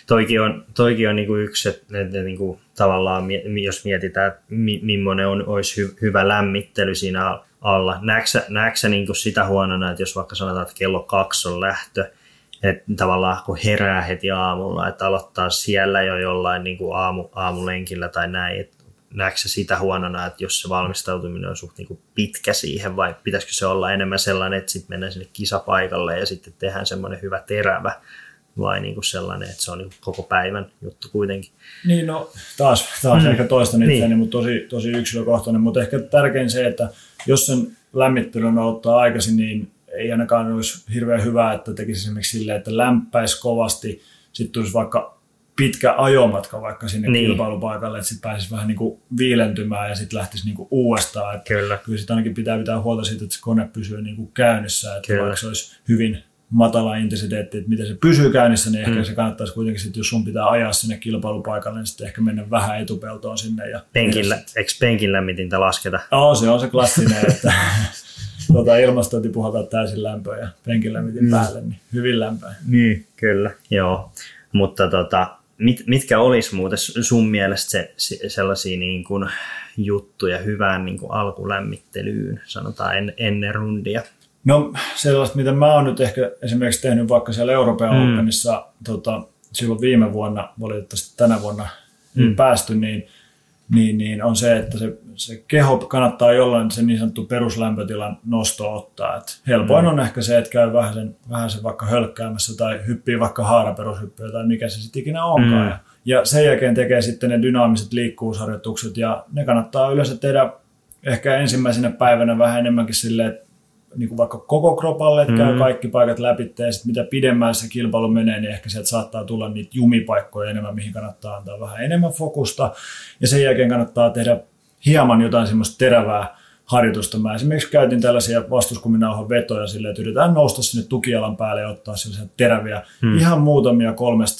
Toikin on niinku yksi, että niinku tavallaan, jos mietitään, että millainen olisi hyvä lämmittely siinä alla. Näetkö sä niinku sitä huonona, että jos vaikka sanotaan, että kello 2 on lähtö, että tavallaan kun herää heti aamulla, että aloittaa siellä jo jollain niinku aamulenkillä tai näin, että näetkö sitä huonona, että jos se valmistautuminen on suht niinku pitkä siihen, vai pitäisikö se olla enemmän sellainen, että sitten mennään sinne kisapaikalle ja sitten tehdään semmoinen hyvä terävä, vai niinku sellainen, että se on niinku koko päivän juttu kuitenkin? Niin, no taas ehkä toistan itseäni, mutta tosi yksilökohtainen, mutta ehkä tärkein se, että jos sen lämmittelyn aloittaa aikaisin, niin ei ainakaan olisi hirveän hyvä, että tekisi esimerkiksi silleen, että lämpäisi kovasti, sitten tulisi vaikka pitkä ajomatka vaikka sinne kilpailupaikalle, että sitten pääsisi vähän niin kuin viilentymään ja sitten lähtisi niin kuin uudestaan. Että kyllä sitten ainakin pitää huolta siitä, että se kone pysyy niin kuin käynnissä, että vaikka se olisi hyvin matala intensiteetti, että miten se pysyy käynnissä, niin ehkä se kannattaisi kuitenkin sitten, jos sun pitää ajaa sinne kilpailupaikalle, niin sitten ehkä mennä vähän etupeltoon sinne. Ja eikö penkin lämmitintä lasketa? Se on se klassinen, että ilmastointi puhaltaa täysin lämpöä ja penkin lämmitin päälle, niin hyvin lämpöä. Niin, kyllä. Joo, mutta mitkä olisi muuten sun mielestä sellaisia niin kuin juttuja hyvään niin kuin alkulämmittelyyn, sanotaan ennen rundia? No sellaista, mitä mä oon nyt ehkä esimerkiksi tehnyt vaikka siellä Euroopan Openissa silloin viime vuonna, valitettavasti tänä vuonna ei päästy, niin on se, että se keho kannattaa jollain se niin sanottu peruslämpötilan nosto ottaa. Et helpoin on ehkä se, että käy vähän sen vaikka hölkkäämässä tai hyppii vaikka haaraperushyppyä tai mikä se sitten ikinä onkaan. Ja sen jälkeen tekee sitten ne dynaamiset liikkuvuusharjoitukset ja ne kannattaa yleensä tehdä ehkä ensimmäisenä päivänä vähän enemmänkin silleen, että niin kuin vaikka koko kropalle, että käy kaikki paikat läpi ja sitten mitä pidemmälle se kilpailu menee, niin ehkä sieltä saattaa tulla niitä jumipaikkoja enemmän, mihin kannattaa antaa vähän enemmän fokusta. Ja sen jälkeen kannattaa tehdä hieman jotain semmoista terävää harjoitusta. Mä esimerkiksi käytin tällaisia vastuskuminauhan vetoja silleen, että yritetään nousta sinne tukialan päälle ja ottaa sellaisia teräviä ihan muutamia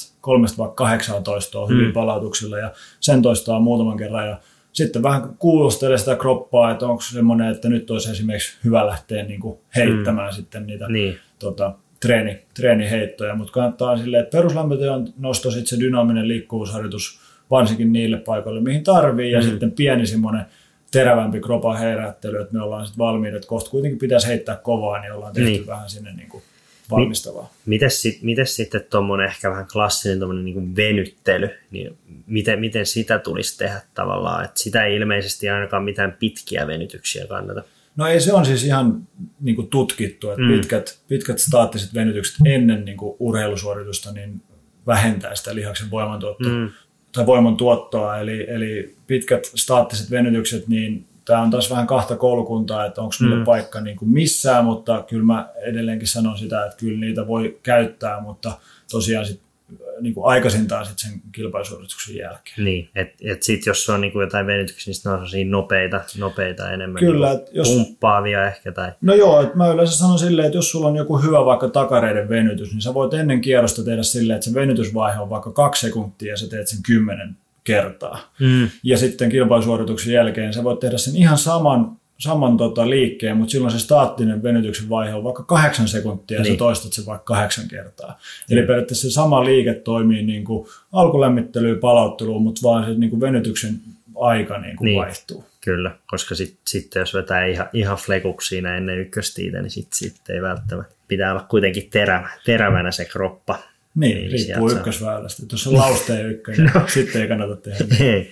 3-18 hyvin palautuksilla ja sen toistaa muutaman kerran ja sitten vähän kuulostelee sitä kroppaa, että onko semmoinen, että nyt olisi esimerkiksi hyvä lähteä niin kuin heittämään sitten niitä treeniheittoja, mutta kannattaa silleen, että peruslämpötilan nosto, sitten se dynaaminen liikkuvuusharjoitus varsinkin niille paikoille, mihin tarvii, ja sitten pieni semmoinen terävämpi kropan herättely, että me ollaan sitten valmiita, että kohta kuitenkin pitäisi heittää kovaa, niin ollaan tehty vähän sinne niin kuin valmistavaa. Mites sitten tuommoinen ehkä vähän klassinen tuommoinen niin kuin venyttely, niin miten sitä tulisi tehdä tavallaan, että sitä ei ilmeisesti ainakaan mitään pitkiä venytyksiä kannata? No ei, se on siis ihan niin kuin tutkittu, että pitkät staattiset venytykset ennen niin kuin urheilusuoritusta niin vähentää sitä lihaksen voimantuottoa, eli pitkät staattiset venytykset, niin tämä on taas vähän kahta koulukuntaa, että onko niille paikka niin kuin missään, mutta kyllä mä edelleenkin sanon sitä, että kyllä niitä voi käyttää, mutta tosiaan sit niin kuin aikaisintaan sitten sen kilpailusuorituksen jälkeen. Niin, että sitten jos on niin kuin jotain venytyksiä, niin ne on nopeita enemmän. Kyllä, niin jos pumppaavia ehkä. Tai... No joo, että mä yleensä sanon silleen, että jos sulla on joku hyvä vaikka takareiden venytys, niin sä voit ennen kierrosta tehdä silleen, että se venytysvaihe on vaikka 2 sekuntia ja sä teet sen 10 kertaa. Ja sitten kilpailusuorituksen jälkeen sä voit tehdä sen ihan saman liikkeen, mutta silloin se staattinen venytyksen vaihe on vaikka 8 sekuntia ja sä toistat sen vaikka 8 kertaa. Eli periaatteessa se sama liike toimii niin kuin alkulämmittelyyn, palautteluun, mutta vaan se niin kuin venytyksen aika niin kuin vaihtuu. Kyllä, koska sitten jos vetää ihan flekuksi siinä ennen ykköstiitä, niin sitten ei välttämättä. Pitää olla kuitenkin terävänä se kroppa. Niin, riippuu ykkösväylästä. Jos on lausteen ykkönen, sitten ei kannata tehdä. Ei,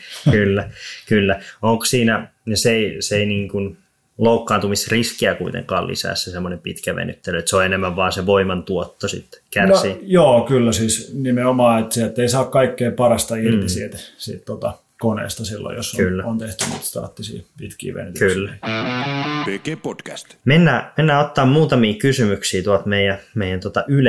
kyllä. Onko siinä, se ei niin kuin loukkaantumisriskiä kuitenkaan lisää se semmoinen pitkä venyttely, että se on enemmän vaan se voimantuotto sitten kärsii? No, joo, kyllä siis nimenomaan, että sieltä ei saa kaikkea parasta irti siitä koneesta silloin, jos on tehty niitä staattisia pitkiä venytyksiä. Kyllä. PG Podcast. Mennään ottaa muutamia kysymyksiä tuolta meidän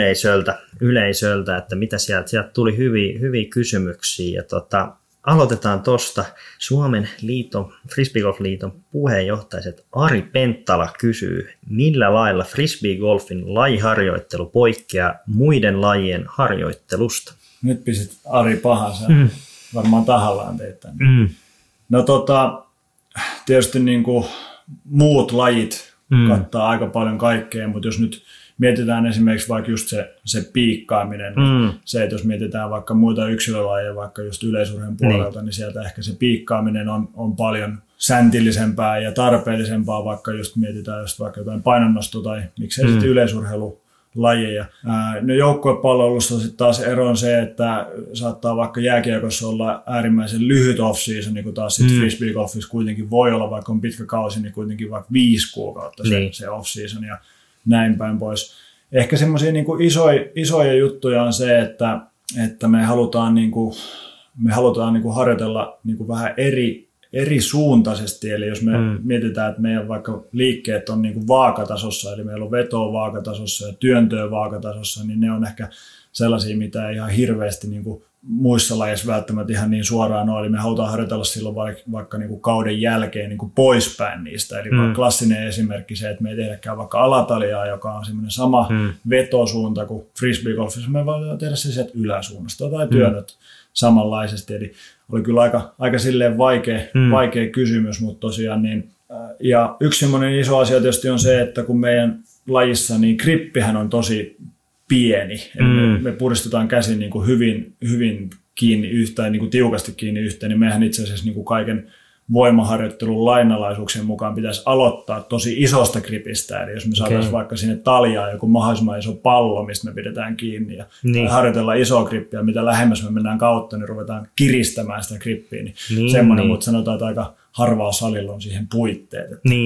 yleisöltä, että mitä sieltä tuli hyviä kysymyksiä. Ja aloitetaan tuosta. Suomen Frisbeegolf-liiton puheenjohtajaset Ari Penttala kysyy, millä lailla frisbeegolfin lajiharjoittelu poikkeaa muiden lajien harjoittelusta? Nyt pisit Ari pahansa. Varmaan tahallaan teit tänne. No tietysti niin kuin muut lajit kattaa aika paljon kaikkea, mutta jos nyt mietitään esimerkiksi vaikka just se piikkaaminen, se, että jos mietitään vaikka muita yksilölajeja, vaikka just yleisurheilun puolelta, niin sieltä ehkä se piikkaaminen on paljon säntillisempää ja tarpeellisempaa, vaikka just mietitään just vaikka jotain painonnosto tai miksei sitten yleisurheilulajeja. No joukkuepalvelussa sitten taas ero on se, että saattaa vaikka jääkiekossa olla äärimmäisen lyhyt off-season, niin kuin taas sitten frisbeegolfissa kuitenkin voi olla, vaikka on pitkä kausi, niin kuitenkin vaikka 5 kuukautta se off-season ja näin päin pois. Ehkä semmoisia niin kuin isoja juttuja on se, että me halutaan harjoitella niin kuin vähän eri suuntaisesti, eli jos me mietitään, että meidän vaikka liikkeet on niin kuin vaakatasossa, eli meillä on vetoa vaakatasossa ja työntöä vaakatasossa, niin ne on ehkä sellaisia, mitä ei ihan hirveästi niin kuin muissa lajeissa välttämättä ihan niin suoraan ole, eli me halutaan harjoitella silloin vaikka niin kuin kauden jälkeen niin kuin poispäin niistä, eli klassinen esimerkki se, että me ei tehdäkään vaikka alataljaa, joka on semmoinen sama vetosuunta kuin frisbeegolfissa, me voidaan tehdä se sieltä yläsuunnasta tai työnnöt samanlaisesti, eli oli kyllä aika silleen vaikea kysymys, mutta tosiaan niin, ja yksi semmoinen iso asia tietysti on se, että kun meidän lajissa niin grippihän on tosi pieni, eli me puristetaan käsin niin kuin hyvin kiinni yhteen, niin kuin tiukasti kiinni yhteen, niin mehän itse asiassa niin kuin kaiken voimaharjoittelun lainalaisuuksien mukaan pitäisi aloittaa tosi isosta gripistä, eli jos me saataisiin vaikka sinne taljaan joku mahdollisimman iso pallo, mistä me pidetään kiinni ja harjoitella isoa grippiä, mitä lähemmäs me mennään kautta, niin ruvetaan kiristämään sitä grippiä, niin semmoinen, mutta sanotaan, että aika harvaa salilla on siihen puitteet.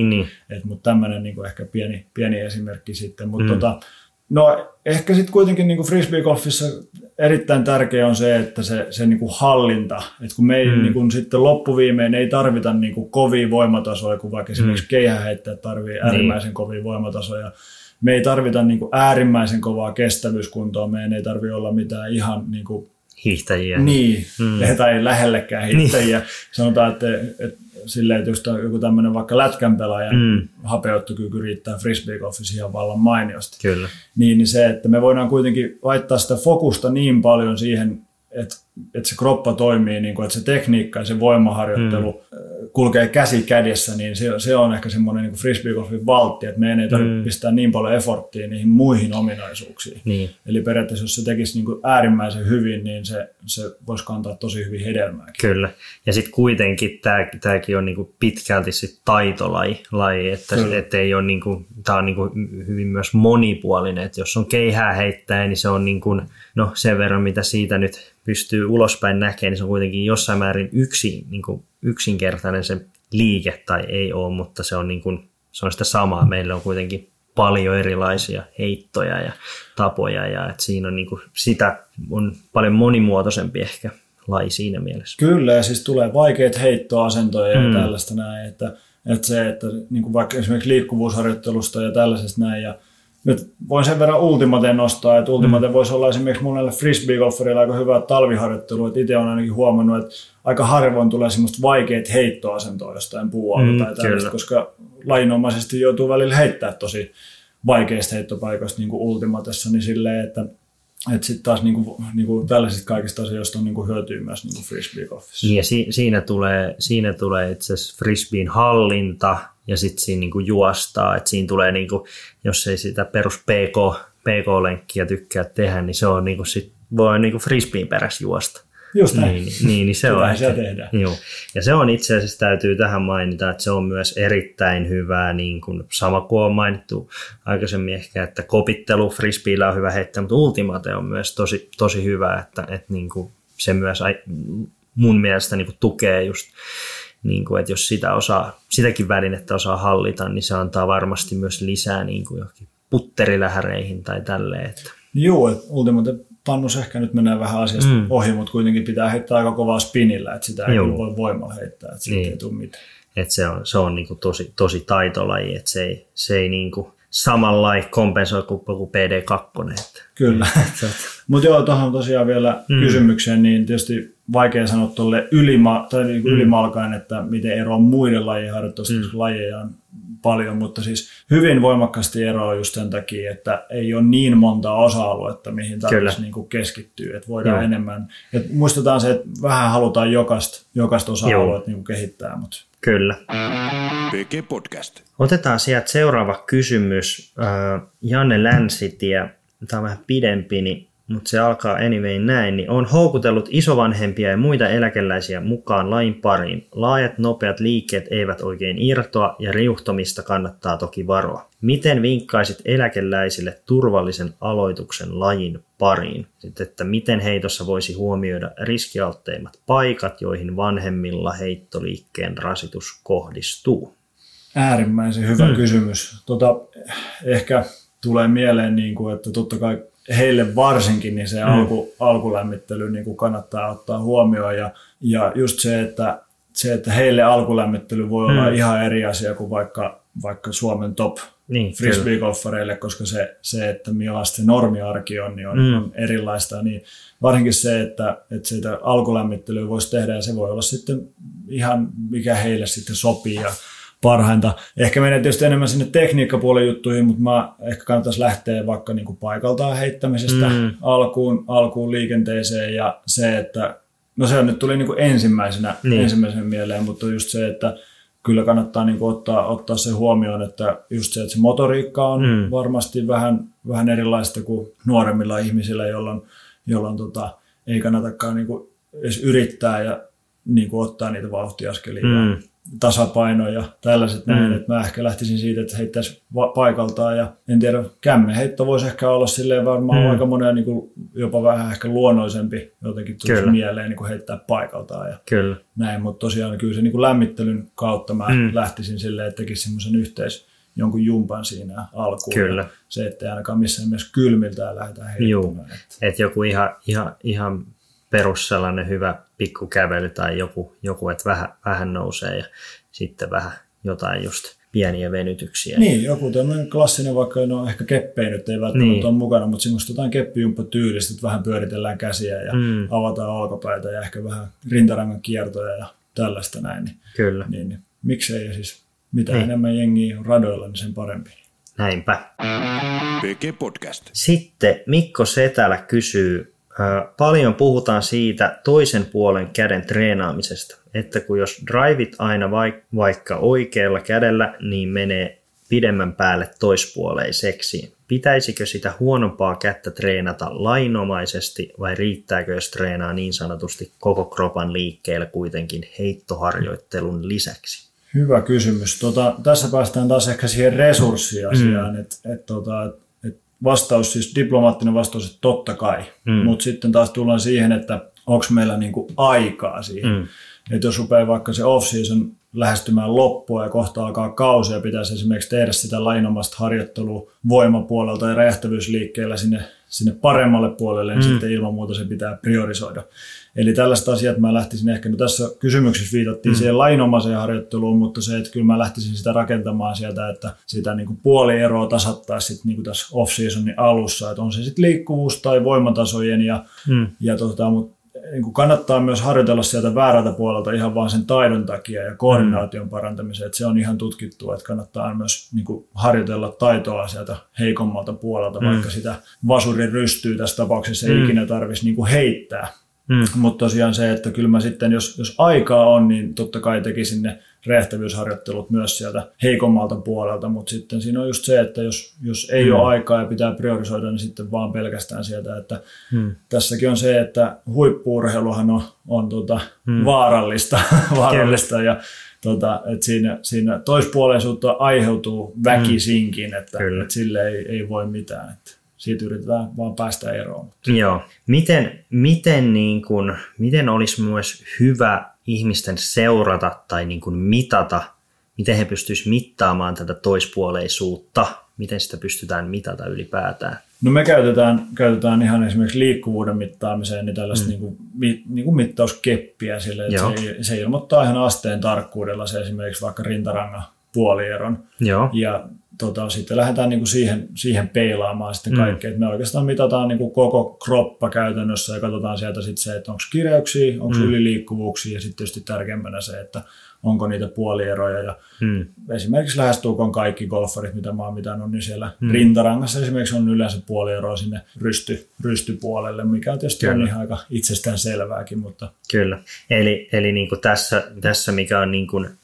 Mutta tämmöinen niin kuin ehkä pieni esimerkki sitten, mutta no ehkä sitten kuitenkin niin kuin frisbeegolfissa erittäin tärkeä on se, että se niin kuin hallinta, että kun me ei niin kuin sitten loppuviimein ei tarvita niin kuin kovia voimatasoja, kun vaikka esimerkiksi keihäheittäjät tarvitsee äärimmäisen kovia voimatasoja. Me ei tarvita niin kuin äärimmäisen kovaa kestävyyskuntoa, meidän ei tarvitse olla mitään ihan niin kuin hiihtäjiä. Niin, tai lähellekään hiihtäjiä. Sanotaan, että silleen, että just joku tämmöinen vaikka lätkän pelaajan hapeuttokyky riittää frisbeegolfissa ihan vallan mainiosti. Kyllä. Niin se, että me voidaan kuitenkin laittaa sitä fokusta niin paljon siihen, että se kroppa toimii, niin kuin, että se tekniikka ja se voimaharjoittelu kulkee käsi kädessä, niin se on ehkä semmoinen niin kuin frisbeegolfin valtti, että meidän ei tarvitse pistää niin paljon efforttia niihin muihin ominaisuuksiin. Niin. Eli periaatteessa, jos se tekisi niin kuin äärimmäisen hyvin, niin se voisi kantaa tosi hyvin hedelmää. Kyllä. Ja sitten kuitenkin tämäkin on niin kuin pitkälti sit taitolaji, että ei ole niin kuin, tämä on niin kuin hyvin myös monipuolinen, että jos on keihää heittäjä, niin se on niin kuin, no sen verran, mitä siitä nyt pystyy ulospäin näkemään, niin se on kuitenkin jossain määrin yksinkertainen se liike, tai ei ole, mutta se on, niin kuin, se on sitä samaa. Meillä on kuitenkin paljon erilaisia heittoja ja tapoja, ja että siinä on niin kuin, sitä on paljon monimuotoisempi ehkä laji siinä mielessä. Kyllä, ja siis tulee vaikeat heittoasentoja ja tällaista näin, että se, että niin kuin vaikka esimerkiksi liikkuvuusharjoittelusta ja tällaisesta näin, Nyt voin sen verran Ultimateen nostaa, että Ultimate voisi olla esimerkiksi monelle frisbee-golferilla aika hyvä talviharjoittelu. Että itse olen ainakin huomannut, että aika harvoin tulee semmoista vaikeat heittoasentoa jostain puualta tai tällaista, koska lajinomaisesti joutuu välillä heittää tosi vaikeista heittopaikoista niin kuin Ultimatessa, niin silleen, että sitten taas niinku tällaisista kaikista asioista on niinku hyötyä myös niinku frisbee-golfissa. Ja siinä tulee itse asiassa frisbeen hallinta ja sitten siinä niinku juostaa. Et siinä tulee, niinku, jos ei sitä perus PK-lenkkiä tykkää tehdä, niin se on niinku sit, voi niinku frisbeen perässä juosta. Just näin. Niin se on. Se tehdään. Joo. Ja se on itse asiassa, täytyy tähän mainita, että se on myös erittäin hyvää, niin kuin sama kuin on mainittu aikaisemmin ehkä, että kopittelu frisbeellä on hyvä heittää, mutta Ultimate on myös tosi hyvä, että niin kuin se myös mun mielestä niin kuin tukee just, niin kuin, että jos sitäkin välinettä osaa hallita, niin se antaa varmasti myös lisää niin kuin johonkin putterilähäreihin tai tälleen. Että. Joo, että Ultimate pannus ehkä nyt mennään vähän asiasta ohi, mutta kuitenkin pitää heittää aika kovaa spinillä, että sitä ei voi voimalla heittää, että siitä ei tule mitään. Että se on niinku tosi taitolaji, että se ei niinku samanlainen kompensoi kuin PD2. Että. Kyllä. Mutta joo, tuohon tosiaan vielä kysymykseen, niin tietysti vaikea sanoa tuolle ylimalkain, että miten eroa muiden lajien harjoittelusta, koska lajeja on paljon, mutta siis hyvin voimakkaasti eroa just sen takia, että ei ole niin monta osa-aluetta, mihin tarvitsisi niinku keskittyä, että voidaan enemmän. Et muistetaan se, että vähän halutaan jokaista osa-aluetta niinku kehittää. Mutta. Kyllä. PG Podcast. Otetaan sieltä seuraava kysymys. Janne Länsitie, tämä on vähän pidempi, mutta se alkaa anyway näin, niin on houkutellut isovanhempia ja muita eläkeläisiä mukaan lajin pariin. Laajat, nopeat liikkeet eivät oikein irtoa ja riuhtomista kannattaa toki varoa. Miten vinkkaisit eläkeläisille turvallisen aloituksen lajin pariin? Sitten, että miten heitossa voisi huomioida riskialtteimmat paikat, joihin vanhemmilla heittoliikkeen rasitus kohdistuu? Äärimmäisen hyvä kysymys. Ehkä tulee mieleen, että totta kai heille varsinkin niin se alkulämmittely niin kuin kannattaa ottaa huomioon ja just se, että heille alkulämmittely voi olla ihan eri asia kuin vaikka Suomen top frisbee-golfareille, koska se, että millaista se normiarki on, niin on erilaista. Niin varsinkin se, että sitä alkulämmittelyä voisi tehdä ja se voi olla sitten ihan mikä heille sitten sopii ja parhainta. Ehkä menee tietysti enemmän sinne tekniikkapuolen juttuihin, mutta mä ehkä kannattaisi lähteä vaikka niinku paikaltaan heittämisestä alkuun liikenteeseen ja se, että no se nyt tuli niinku ensimmäisenä mieleen, mutta just se, että kyllä kannattaa niinku ottaa se huomioon, että just se, että se motoriikka on varmasti vähän erilaista kuin nuoremmilla ihmisillä, jolloin ei kannatakaan niinku edes yrittää ja niinku ottaa niitä vauhtiaskelia. Tasapaino ja tällaiset näin, että mä ehkä lähtisin siitä, että heittäisi paikaltaan ja en tiedä, kämmenheitto voisi ehkä olla silleen varmaan aika monen niin kuin jopa vähän ehkä luonnoisempi jotenkin tulisi mieleen niin kuin heittää paikaltaan ja näin, mutta tosiaan kyllä se niin kuin lämmittelyn kautta mä lähtisin silleen, että tekisin semmoisen jonkun jumpan siinä alkuun. Kyllä. Se, ettei ainakaan missään mielessä kylmiltään lähdetään heittämään. Että joku ihan perus sellainen hyvä pikkukävely tai joku että vähän nousee ja sitten vähän jotain just pieniä venytyksiä. Niin, joku tämmöinen klassinen, vaikka ehkä keppejä nyt ei välttämättä ole mukana, mutta semmoista jotain keppijumppatyylistä, että vähän pyöritellään käsiä ja avataan olkapäitä ja ehkä vähän rintarangan kiertoja ja tällaista näin. Kyllä. Niin, miksei, ja siis mitä enemmän jengiä on radoilla, niin sen parempi. Näinpä. PG Podcast. Sitten Mikko Setälä kysyy, paljon puhutaan siitä toisen puolen käden treenaamisesta, että kun jos drivit aina vaikka oikealla kädellä, niin menee pidemmän päälle toispuoleiseksi. Pitäisikö sitä huonompaa kättä treenata lainomaisesti vai riittääkö, jos treenaa niin sanotusti koko kropan liikkeellä kuitenkin heittoharjoittelun lisäksi? Hyvä kysymys. Tässä päästään taas ehkä siihen resurssiasiaan, että vastaus, siis diplomaattinen vastaus, että totta kai, mutta sitten taas tullaan siihen, että onko meillä niinku aikaa siihen. Että jos rupeaa vaikka se off-season lähestymään loppua ja kohta alkaa kausi ja pitäisi esimerkiksi tehdä sitä lajinomaista harjoittelua voimapuolelta ja räjähtävyysliikkeellä sinne paremmalle puolelle, niin sitten ilman muuta se pitää priorisoida. Eli tällaista asiat mä lähtisin ehkä, no tässä kysymyksessä viitattiin siihen lajinomaiseen harjoitteluun, mutta se, että kyllä mä lähtisin sitä rakentamaan sieltä, että sitä niin kuin puolieroa tasattaisiin niin kuin tässä off-seasonin alussa, että on se sitten liikkuvuus tai voimatasojen, mutta niin kuin kannattaa myös harjoitella sieltä väärältä puolelta ihan vaan sen taidon takia ja koordinaation parantamiseen, että se on ihan tutkittu, että kannattaa myös niin kuin harjoitella taitoa sieltä heikommalta puolelta, vaikka sitä vasurin rystyy tässä tapauksessa ei ikinä tarvitsisi niin kuin heittää. Mutta tosiaan se, että kyllä mä sitten, jos aikaa on, niin totta kai tekisin ne räjähtävyysharjoittelut myös sieltä heikommalta puolelta, mutta sitten siinä on just se, että jos ei ole aikaa ja pitää priorisoida, niin sitten vaan pelkästään sieltä, että tässäkin on se, että huippu-urheiluhan on vaarallista ja että siinä toispuoleisuutta aiheutuu väkisinkin, että sille ei voi mitään, että siitä yritetään vaan päästä eroon. Joo. Miten olisi myös hyvä ihmisten seurata tai niin kuin mitata, miten he pystyisivät mittaamaan tätä toispuoleisuutta, miten sitä pystytään mitata ylipäätään? No me käytetään ihan esimerkiksi liikkuvuuden mittaamiseen niin tällaista niin kuin mittauskeppiä sille, että se ilmoittaa ihan asteen tarkkuudella se esimerkiksi vaikka rintarangan puolieron. Joo. Ja sitten lähdetään niin kuin siihen peilaamaan sitten kaikkea. Me oikeastaan mitataan niin kuin koko kroppa käytännössä ja katsotaan sieltä sitten se, että onko kireyksiä, onko yliliikkuvuuksia ja sitten tietysti tärkeimpänä se, että onko niitä puolieroja. Ja esimerkiksi lähestulkoon kaikki golfarit, mitä mä oon mitannut, niin siellä rintarangassa esimerkiksi on yleensä puolieroa sinne rystypuolelle, mikä tietysti on ihan aika itsestään selvääkin. Mutta... Kyllä. Eli niin kuin tässä mikä on niin kuin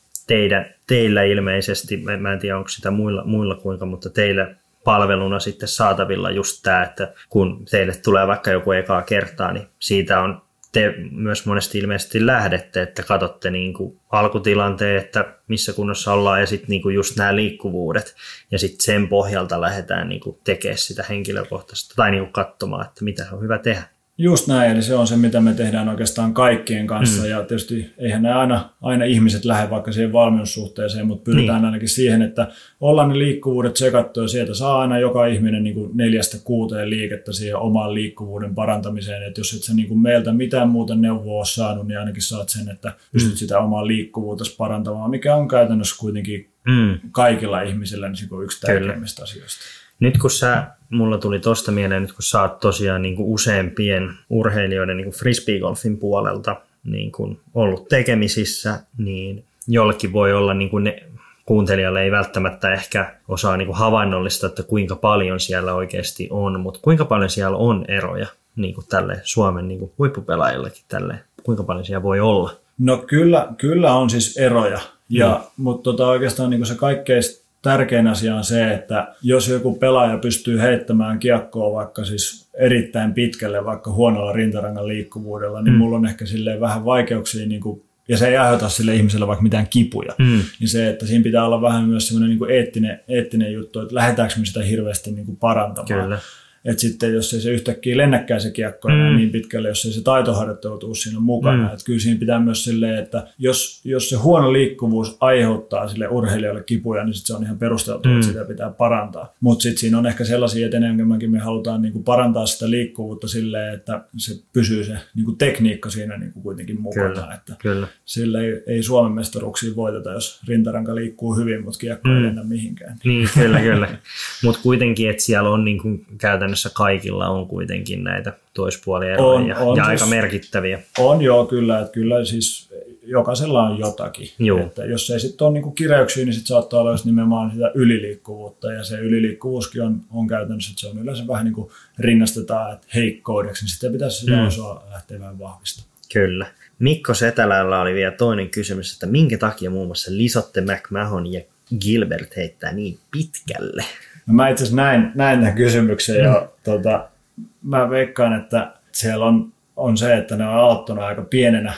teillä ilmeisesti, mä en tiedä onko sitä muilla kuinka, mutta teillä palveluna sitten saatavilla just tämä, että kun teille tulee vaikka joku ekaa kertaa, niin siitä on te myös monesti ilmeisesti lähdette, että katsotte niin kuin alkutilanteen, että missä kunnossa ollaan ja sitten niin kuin just nämä liikkuvuudet ja sitten sen pohjalta lähdetään niin kuin tekemään sitä henkilökohtaista tai niin kuin katsomaan, että mitä on hyvä tehdä. Just näin, eli se on se, mitä me tehdään oikeastaan kaikkien kanssa, ja tietysti eihän ne aina ihmiset lähde vaikka siihen valmennussuhteeseen, mutta pyritään ainakin siihen, että ollaan ne liikkuvuudet sekattu, ja sieltä saa aina joka ihminen niin kuin 4-6 liikettä siihen omaan liikkuvuuden parantamiseen, että jos et sä niin kuin meiltä mitään muuta neuvoa ole saanut, niin ainakin saat sen, että pystyt sitä omaa liikkuvuutta parantamaan, mikä on käytännössä kuitenkin kaikilla ihmisillä niin se on yksi tärkeimmistä asioista. Nyt kun mulla tuli tosta mieleen, nyt kun sä oot tosiaan niin kuin useampien urheilijoiden niin kuin frisbeegolfin puolelta niin kuin ollut tekemisissä, niin jollekin voi olla, niin kuin kuuntelijalle ei välttämättä ehkä osaa niin kuin havainnollista, että kuinka paljon siellä oikeasti on, mutta kuinka paljon siellä on eroja niin kuin tälle Suomen niin kuin huippupelaajillekin tälle, kuinka paljon siellä voi olla? No kyllä on siis eroja, mutta oikeastaan niin kuin se kaikkein tärkein asia on se, että jos joku pelaaja pystyy heittämään kiekkoa vaikka siis erittäin pitkälle, vaikka huonolla rintarangan liikkuvuudella, niin mulla on ehkä silleen vähän vaikeuksia, niin kuin, ja se ei aiheuta sille ihmiselle vaikka mitään kipuja. Niin se, että siinä pitää olla vähän myös semmoinen niin kuin eettinen juttu, että lähdetäänkö me sitä hirveästi niin kuin parantamaan. Kyllä. Että sitten jos ei se yhtäkkiä lennäkään se kiekko niin pitkälle, jos ei se taitoharjoittelu tule siinä mukana. Että kyllä siinä pitää myös silleen, että jos se huono liikkuvuus aiheuttaa sille urheilijalle kipuja, niin sit se on ihan perusteltua, että sitä pitää parantaa. Mutta sitten siinä on ehkä sellaisia, että enemmänkin me halutaan niinku parantaa sitä liikkuvuutta silleen, että se pysyy se niinku tekniikka siinä niinku kuitenkin mukana. Kyllä. Sillä ei Suomen mestaruuksia voiteta, jos rintaranka liikkuu hyvin, mutta kiekko ei lennä mihinkään. Niin, kyllä. Mutta kuitenkin, että siellä on niinku käytännössä kaikilla on kuitenkin näitä toispuolieroja ja siis aika merkittäviä. On joo, kyllä. Että kyllä siis jokaisella on jotakin. Että jos ei sitten ole niinku kireyksiä, niin sitten saattaa olla nimenomaan sitä yliliikkuvuutta. Ja se yliliikkuvuuskin on käytännössä, että se on yleensä vähän niin kuin rinnastetaan heikkoudeksi, niin sitten pitäisi sitä osaa lähteä vähän vahvistamaan. Kyllä. Mikko Setälällä oli vielä toinen kysymys, että minkä takia muun muassa Lisotte McMahon ja Gilbert heittää niin pitkälle? No mä itse asiassa näin tämän kysymyksen ja mä veikkaan, että siellä on se, että ne on aloittanut aika pienenä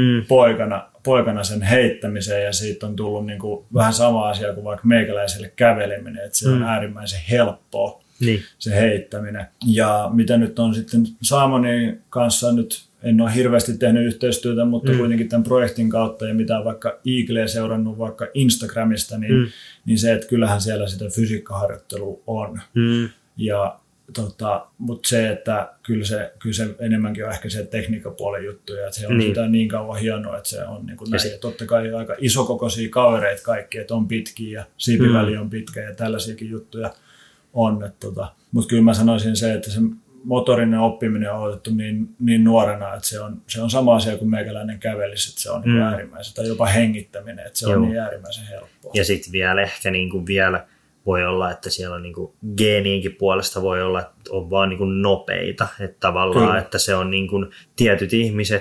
poikana sen heittämiseen ja siitä on tullut niin kuin vähän sama asia kuin vaikka meikäläiselle käveleminen, että se on äärimmäisen helppoa se heittäminen. Ja mitä nyt on sitten Simonin kanssa nyt en ole hirveästi tehnyt yhteistyötä, mutta kuitenkin tämän projektin kautta ja mitä vaikka Eagleä seurannut vaikka Instagramista, niin se, että kyllähän siellä sitä fysiikkaharjoittelua on. Ja mutta se, että kyllä se enemmänkin on ehkä se tekniikkapuolen juttuja, että se on sitä niin kauan hienoa, että se on niin kuin näin. Ja totta kai aika isokokoisia kavereita kaikki, että on pitkiä ja siipiväli on pitkä ja tällaisiakin juttuja on. Mutta kyllä mä sanoisin se, että se motorinen oppiminen on otettu niin nuorena, että se on sama asia kuin meikäläinen kävelisi, että se on niin äärimmäisen, tai jopa hengittäminen, että se on niin äärimmäisen helppoa. Ja sitten vielä ehkä niin kuin vielä voi olla, että siellä on niin kuin geeniinkin puolesta voi olla, että on vaan niin kuin nopeita, että tavallaan, että se on niin kuin tietyt ihmiset,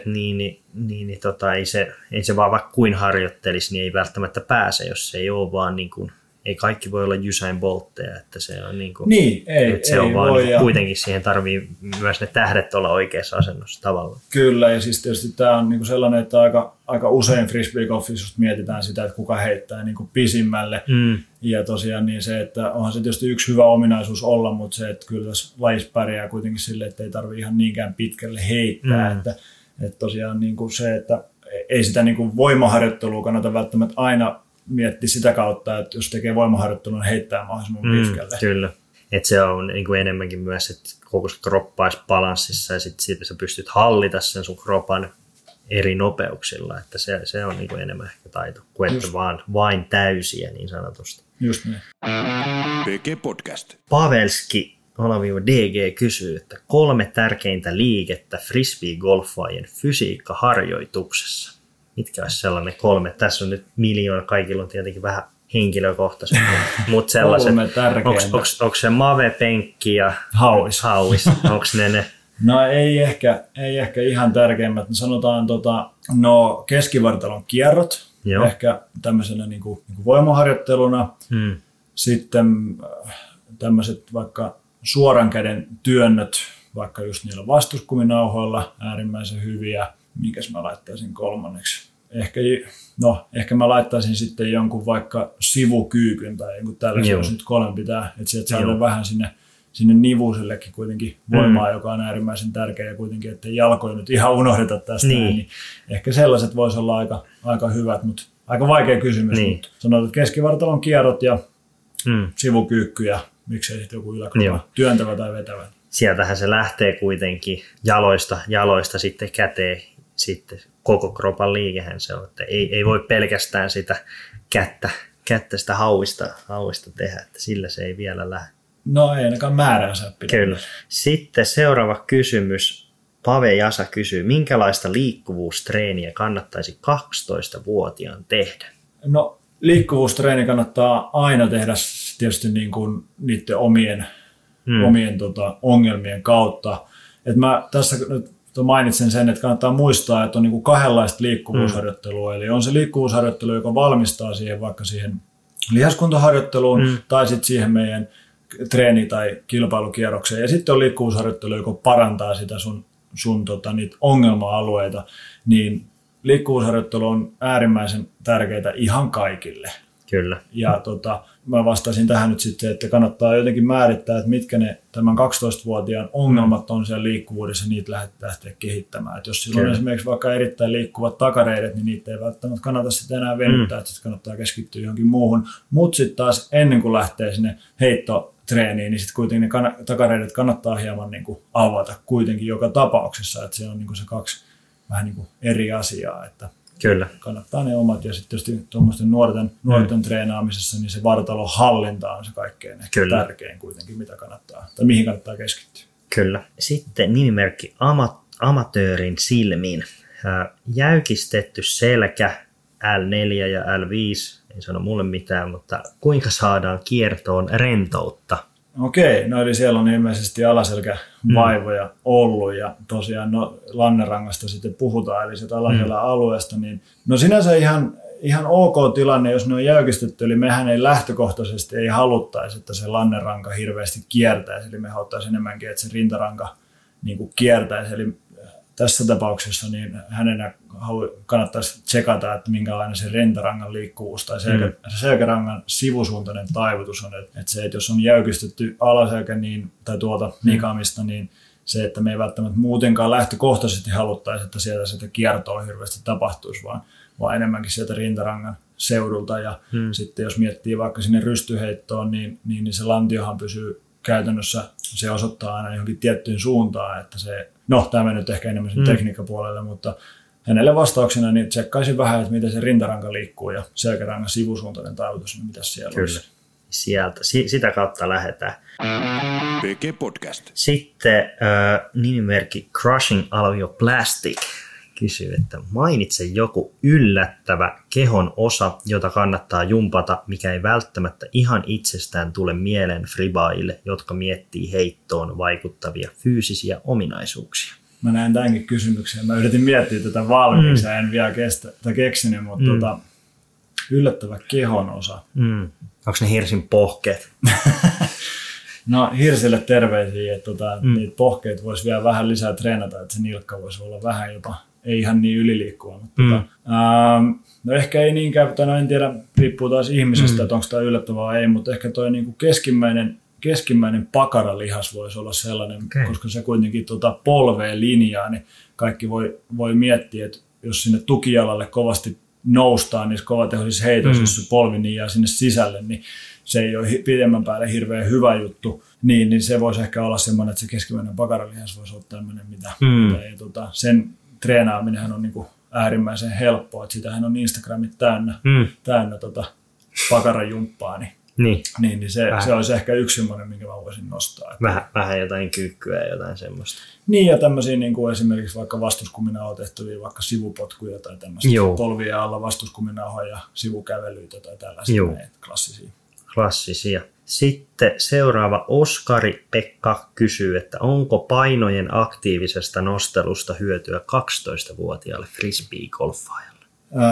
ei se vaan vaikka kuin harjoittelisi, niin ei välttämättä pääse, jos se ei ole vaan niin kuin, ei kaikki voi olla Usain Boltteja, että se on niin kuin, että se on vaan voi, niin kuitenkin siihen tarvii myös ne tähdet olla oikeassa asennossa tavallaan. Kyllä, ja siis tietysti tämä on niin kuin sellainen, että aika usein frisbeegolfissa mietitään sitä, että kuka heittää niin kuin pisimmälle, ja tosiaan niin se, että onhan se tietysti yksi hyvä ominaisuus olla, mutta se, että kyllä tässä lajissa pärjää kuitenkin sille, että ei tarvitse ihan niinkään pitkälle heittää, että tosiaan niin kuin se, että ei sitä niin kuin voimaharjoittelua kannata välttämättä aina miettiä sitä kautta, että jos tekee voimaharjoittelun, niin heittää mahdollisimman pitkälle. Kyllä. Että se on niin kuin enemmänkin myös, että koko se kroppa olisi balanssissa ja sitten sä pystyt hallita sen sun kropan eri nopeuksilla. Että se on niin kuin enemmän ehkä taito kuin että vain täysiä niin sanotusti. Just niin. PG Podcast. Pavelski _DG kysyy, että 3 tärkeintä liikettä frisbee-golfaajien fysiikkaharjoituksessa. Mitkä olisi sellainen 3? Tässä on nyt miljoona, kaikilla on tietenkin vähän henkilökohtaiset, mutta sellaiset. Onko se mave, penkki ja hauis? Onko ne? No ei ehkä ihan tärkeimmät. Sanotaan keskivartalon kierrot, ehkä tämmöisenä niin kuin voimaharjoitteluna. Sitten tämmöiset vaikka suoran käden työnnöt, vaikka just niillä vastuskuminauhoilla äärimmäisen hyviä. Minkäs mä laittaisin 3? Ehkä mä laittaisin sitten jonkun vaikka sivukyykyn tai jonkun tällaisen, jos nyt 3 pitää, että sieltä saadaan vähän sinne nivusellekin kuitenkin voimaa, joka on äärimmäisen tärkeä ja kuitenkin, että jalkoja nyt ihan unohdeta tästä. Niin ehkä sellaiset voisi olla aika hyvät, mutta aika vaikea kysymys. Mutta sanotaan, että keskivartalon kierrot ja sivukyykky ja miksei sitten joku yläkropa, työntävä tai vetävä. Sieltähän se lähtee kuitenkin jaloista sitten käteen. Sitten koko kropan liikehän se on, että ei voi pelkästään sitä kättä sitä hauista tehdä, että sillä se ei vielä lähde. No ei ainakaan määräänsä pidä. Kyllä. Sitten seuraava kysymys. Pave Jasa kysyy, minkälaista liikkuvuustreeniä kannattaisi 12-vuotiaan tehdä? No liikkuvuustreeni kannattaa aina tehdä tietysti niin kuin niiden omien ongelmien kautta. Et mä tässä nyt mainitsen sen, että kannattaa muistaa, että on niin kuin 2 liikkuvuusharjoittelua. Eli on se liikkuvuusharjoittelu, joka valmistaa siihen vaikka siihen lihaskuntoharjoitteluun tai sitten siihen meidän treeni- tai kilpailukierrokseen. Ja sitten on liikkuvuusharjoittelu, joka parantaa sitä sun niitä ongelma-alueita. Niin liikkuvuusharjoittelu on äärimmäisen tärkeää ihan kaikille. Kyllä. Ja mä vastasin tähän nyt sitten, että kannattaa jotenkin määrittää, että mitkä ne tämän 12-vuotiaan ongelmat on siellä liikkuvuudessa, niitä lähteä kehittämään. Et jos sillä on esimerkiksi vaikka erittäin liikkuvat takareidet, niin niitä ei välttämättä kannata sitten enää venyttää, että sitten kannattaa keskittyä johonkin muuhun. Mutta sitten taas ennen kuin lähtee sinne heittotreeniin, niin sitten kuitenkin ne takareidet kannattaa hieman niin kuin avata kuitenkin joka tapauksessa, että se on niin kuin se 2 vähän niin kuin eri asiaa, että kyllä. Kannattaa ne omat ja sitten tietysti tuommoisten nuorten treenaamisessa niin se vartalon hallinta on se kaikkein tärkein kuitenkin, mitä kannattaa, tai mihin kannattaa keskittyä. Kyllä. Sitten nimimerkki amatöörin silmiin. Jäykistetty selkä L4 ja L5, ei sano mulle mitään, mutta kuinka saadaan kiertoon rentoutta? Okei, no eli siellä on ilmeisesti alaselkävaivoja ollut ja tosiaan lannerangasta sitten puhutaan, eli sieltä alaselän alueesta, niin no sinänsä ihan ok tilanne, jos ne on jäykistetty, eli mehän ei lähtökohtaisesti ei haluttaisi, että se lanneranka hirveästi kiertäisi, eli me haluttaisiin enemmänkin, että se rintaranka niin kuin kiertäisi, eli tässä tapauksessa niin hänenä kannattaisi tsekata, että minkälainen se rintarangan liikkuvuus tai selkärangan sivusuuntainen taivutus on. Että se, että jos on jäykistetty alaselkä tai tuolta nikamista, niin se, että me ei välttämättä muutenkaan lähtökohtaisesti haluttaisi, että sieltä sitä kiertoa hirveästi tapahtuisi, vaan enemmänkin sieltä rintarangan seudulta. Ja sitten jos miettii vaikka sinne rystyheittoon, niin se lantiohan pysyy käytännössä, se osoittaa aina johonkin tiettyyn suuntaan, että se, tämä menee nyt ehkä enemmän sen tekniikkapuolelle, mutta hänelle vastauksena niin tsekkaisin vähän, että miten se rintaranka liikkuu ja selkärangan sivusuuntainen taulutus, niin mitä siellä Kyllä. Olisi. Sieltä, sitä kautta lähdetään. PG Podcast. Sitten nimimerkki Crushing Alveo Plastic kysyy, että mainitse joku yllättävä kehon osa, jota kannattaa jumpata, mikä ei välttämättä ihan itsestään tule mieleen fribaille, jotka miettii heittoon vaikuttavia fyysisiä ominaisuuksia. Mä näen tämänkin kysymyksen. Mä yritin miettiä tätä valmiiksi ja en vielä keksinyt, mutta yllättävä kehon osa. Onko ne hirsin pohkeet? No hirsille terveisiä, että niitä pohkeita voisi vielä vähän lisää treenata, että se nilkka voisi olla vähän jopa, ei ihan niin yliliikkuva. Mutta no ehkä ei niinkään, en tiedä, riippuu taas ihmisestä, että onko tämä yllättävää vai ei, mutta ehkä toi niinku keskimmäinen pakaralihas voisi olla sellainen, koska se kuitenkin polveen linjaa, niin kaikki voi miettiä, että jos sinne tukijalalle kovasti noustaan niissä kovatehoisissa heitoissa, jos se polvi niin jää sinne sisälle, niin se ei ole pidemmän päälle hirveän hyvä juttu, niin se voisi ehkä olla semmoinen, että se keskimmäinen pakaralihas voisi olla tämmöinen, mitä ei, sen treenaaminenhan on niinku äärimmäisen helppoa, että sitähän on Instagramit täynnä pakarajumppaa, niin se olisi ehkä yksi semmoinen, minkä mä voisin nostaa. Vähän jotain kyykkyä ja jotain semmoista. Niin, ja tämmöisiä niin kuin esimerkiksi vaikka vastuskuminauhoja tehtyviä, vaikka sivupotkuja tai tämmöistä polvien alla vastuskuminauhoja ja sivukävelyitä tai tällaisia klassisia. Sitten seuraava Oskari-Pekka kysyy, että onko painojen aktiivisesta nostelusta hyötyä 12-vuotiaalle frisbee-golfaajalle?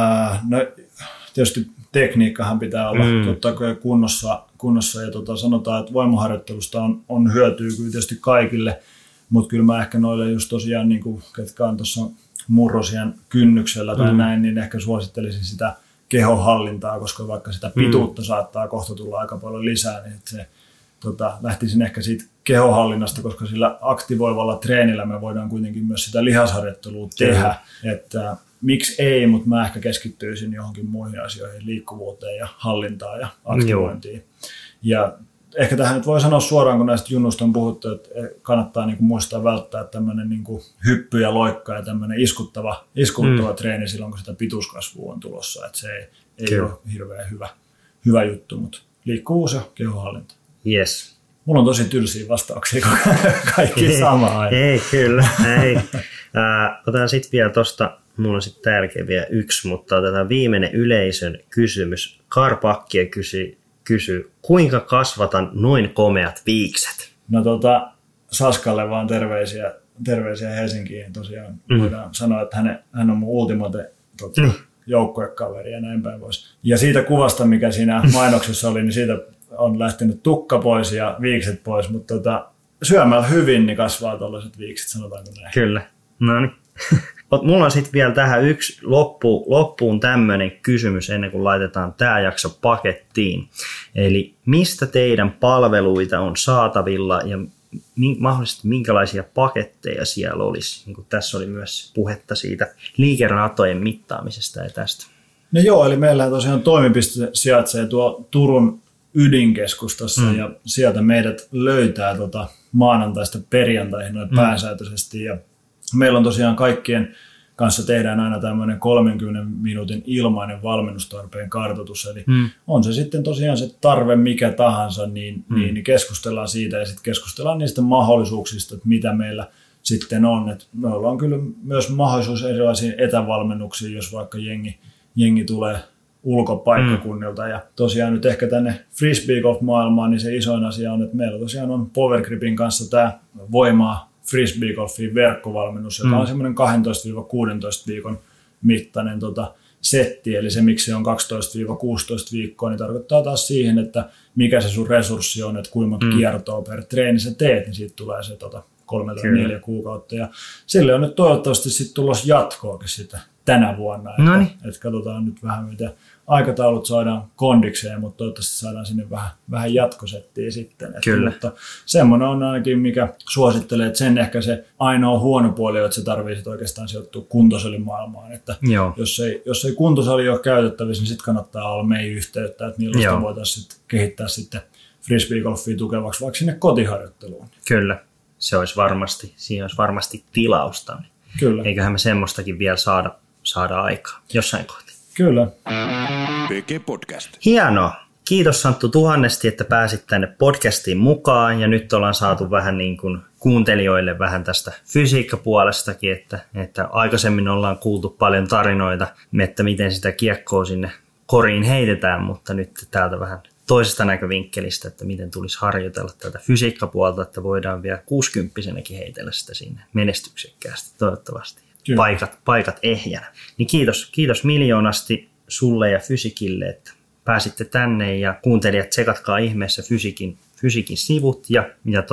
No tietysti tekniikkahan pitää olla totta kai kunnossa ja sanotaan, että voimaharjoittelusta on hyötyä kyllä tietysti kaikille, mutta kyllä mä ehkä noille just tosiaan, niin kuin, ketkä on tuossa murrosian kynnyksellä tai näin, niin ehkä suosittelisin sitä kehonhallintaa, koska vaikka sitä pituutta saattaa kohta tulla aika paljon lisää, niin se lähtisin ehkä siitä kehonhallinnasta, koska sillä aktivoivalla treenillä me voidaan kuitenkin myös sitä lihasharjoittelua tehdä, että miksi ei, mutta mä ehkä keskittyisin johonkin muihin asioihin, liikkuvuuteen ja hallintaan ja aktivointiin. Ja ehkä tähän nyt voi sanoa suoraan, kun näistä junnuista on puhuttu, että kannattaa niinku muistaa välttää tämmöinen niinku hyppy ja loikka ja tämmöinen iskuttava treeni silloin, kun sitä pituuskasvua on tulossa. Että se ei ole hirveän hyvä juttu, mutta liikkuvuus ja kehonhallinta. Yes. Mulla on tosi tylsiä vastauksia, kun kaikki samaa. Ei, kyllä. Ei. Otetaan sitten vielä tuosta, mulla on sitten tärkeä vielä yksi, mutta otetaan viimeinen yleisön kysymys. Karpakkia kysyy, kuinka kasvatan noin komeat viikset? No Saskalle vaan terveisiä Helsinkiin. Tosiaan voidaan sanoa, että hän on mun ultimate joukkuekaveri ja näin päin pois. Ja siitä kuvasta, mikä siinä mainoksessa oli, niin siitä on lähtenyt tukka pois ja viikset pois, mutta syömällä hyvin, niin kasvaa tuollaiset viikset, sanotaanko näin. Kyllä. No niin. Mulla on sitten vielä tähän yksi loppuun tämmöinen kysymys ennen kuin laitetaan tämä jakso pakettiin. Eli mistä teidän palveluita on saatavilla ja mahdollisesti minkälaisia paketteja siellä olisi? Niin kuin tässä oli myös puhetta siitä liikeratojen mittaamisesta ja tästä. No joo, eli meillä tosiaan toimipiste sijaitsee tuo Turun ydinkeskustassa ja sieltä meidät löytää maanantaista perjantaihin noin pääsääntöisesti ja meillä on tosiaan kaikkien kanssa tehdään aina tämmöinen 30 minuutin ilmainen valmennustarpeen kartoitus, eli on se sitten tosiaan se tarve mikä tahansa, niin keskustellaan siitä ja sitten keskustellaan niistä mahdollisuuksista, että mitä meillä sitten on. Et me ollaan kyllä myös mahdollisuus erilaisiin etävalmennuksiin, jos vaikka jengi tulee ulkopaikkakunnilta ja tosiaan nyt ehkä tänne frisbee golf-maailmaan, niin se isoin asia on, että meillä tosiaan on Power Gripin kanssa tämä voimaa frisbeegolfin verkkovalmennus, joka on semmoinen 12-16 viikon mittainen setti, eli se miksi se on 12-16 viikkoa, niin tarkoittaa taas siihen, että mikä se sun resurssi on, että kuinka monta kiertoa per treeni sä teet, niin siitä tulee se 3-4 kuukautta, ja sille on nyt toivottavasti sitten tulossa jatkoakin sitä tänä vuonna, että katsotaan nyt vähän, mitä aikataulut saadaan kondikseen, mutta toivottavasti saadaan sinne vähän jatkosettiä sitten. Kyllä. Mutta semmoinen on ainakin, mikä suosittelee, että sen ehkä se ainoa huono puoli on, että se tarvitsee oikeastaan sijoittua kuntosalimaailmaan. Että jos ei kuntosali ole käytettävissä, niin sitten kannattaa olla meihin yhteyttä, että milloin voitaisiin kehittää sitten frisbeegolfia tukevaksi vaikka sinne kotiharjoitteluun. Kyllä, siinä olisi varmasti tilausta. Kyllä. Eiköhän me semmoistakin vielä saada aikaa jossain kohti. Kyllä. PG Podcast. Hienoa. Kiitos Santtu tuhannesti, että pääsit tänne podcastiin mukaan ja nyt ollaan saatu vähän niin kuin kuuntelijoille vähän tästä fysiikkapuolestakin, että aikaisemmin ollaan kuultu paljon tarinoita, että miten sitä kiekkoa sinne koriin heitetään, mutta nyt täältä vähän toisesta näkövinkkelistä, että miten tulisi harjoitella tätä fysiikkapuolta, että voidaan vielä 60-vuotiaanakin heitellä sitä sinne menestyksekkäästi toivottavasti. Paikat ehjänä. Niin kiitos miljoonasti sulle ja Fysikille, että pääsitte tänne ja kuuntelijat, tsekatkaa ihmeessä Fysikin sivut ja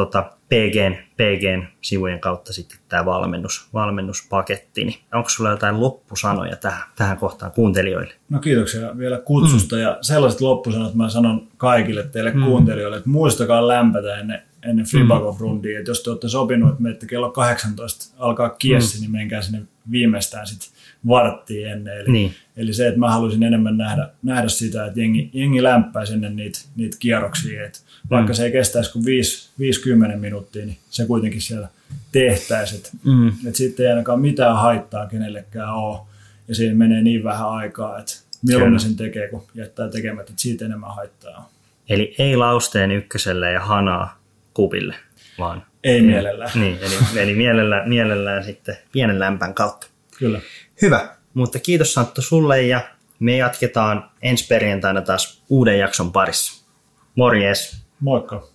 PGn sivujen kautta sitten tämä valmennuspaketti. Niin onko sulla jotain loppusanoja tähän kohtaan kuuntelijoille? No kiitoksia vielä kutsusta ja sellaiset loppusanat mä sanon kaikille teille kuuntelijoille, että muistakaa lämpätä ennen FreeBagolf-rundia, että jos te olette sopinut, että menette kello 18 alkaa kiessi, niin menkää sinne viimeistään sitten varttiin ennen. Eli se, että mä haluaisin enemmän nähdä sitä, että jengi lämpäisi ennen niitä kierroksia. Että vaikka se ei kestäisi kuin 5-10 minuuttia, niin se kuitenkin siellä tehtäisiin. Että sitten ei ainakaan mitään haittaa kenellekään ole. Ja siinä menee niin vähän aikaa, että milloin sen tekee, kun jättää tekemättä, että siitä enemmän haittaa on. Eli ei Lausteen ykköselle ja Hanaa kupille, vaan... Ei mielellään. Niin, eli mielellään sitten pienen lämpän kautta. Kyllä. Hyvä, mutta kiitos Santtu sulle ja me jatketaan ensi perjantaina taas uuden jakson parissa. Morjes! Moikka!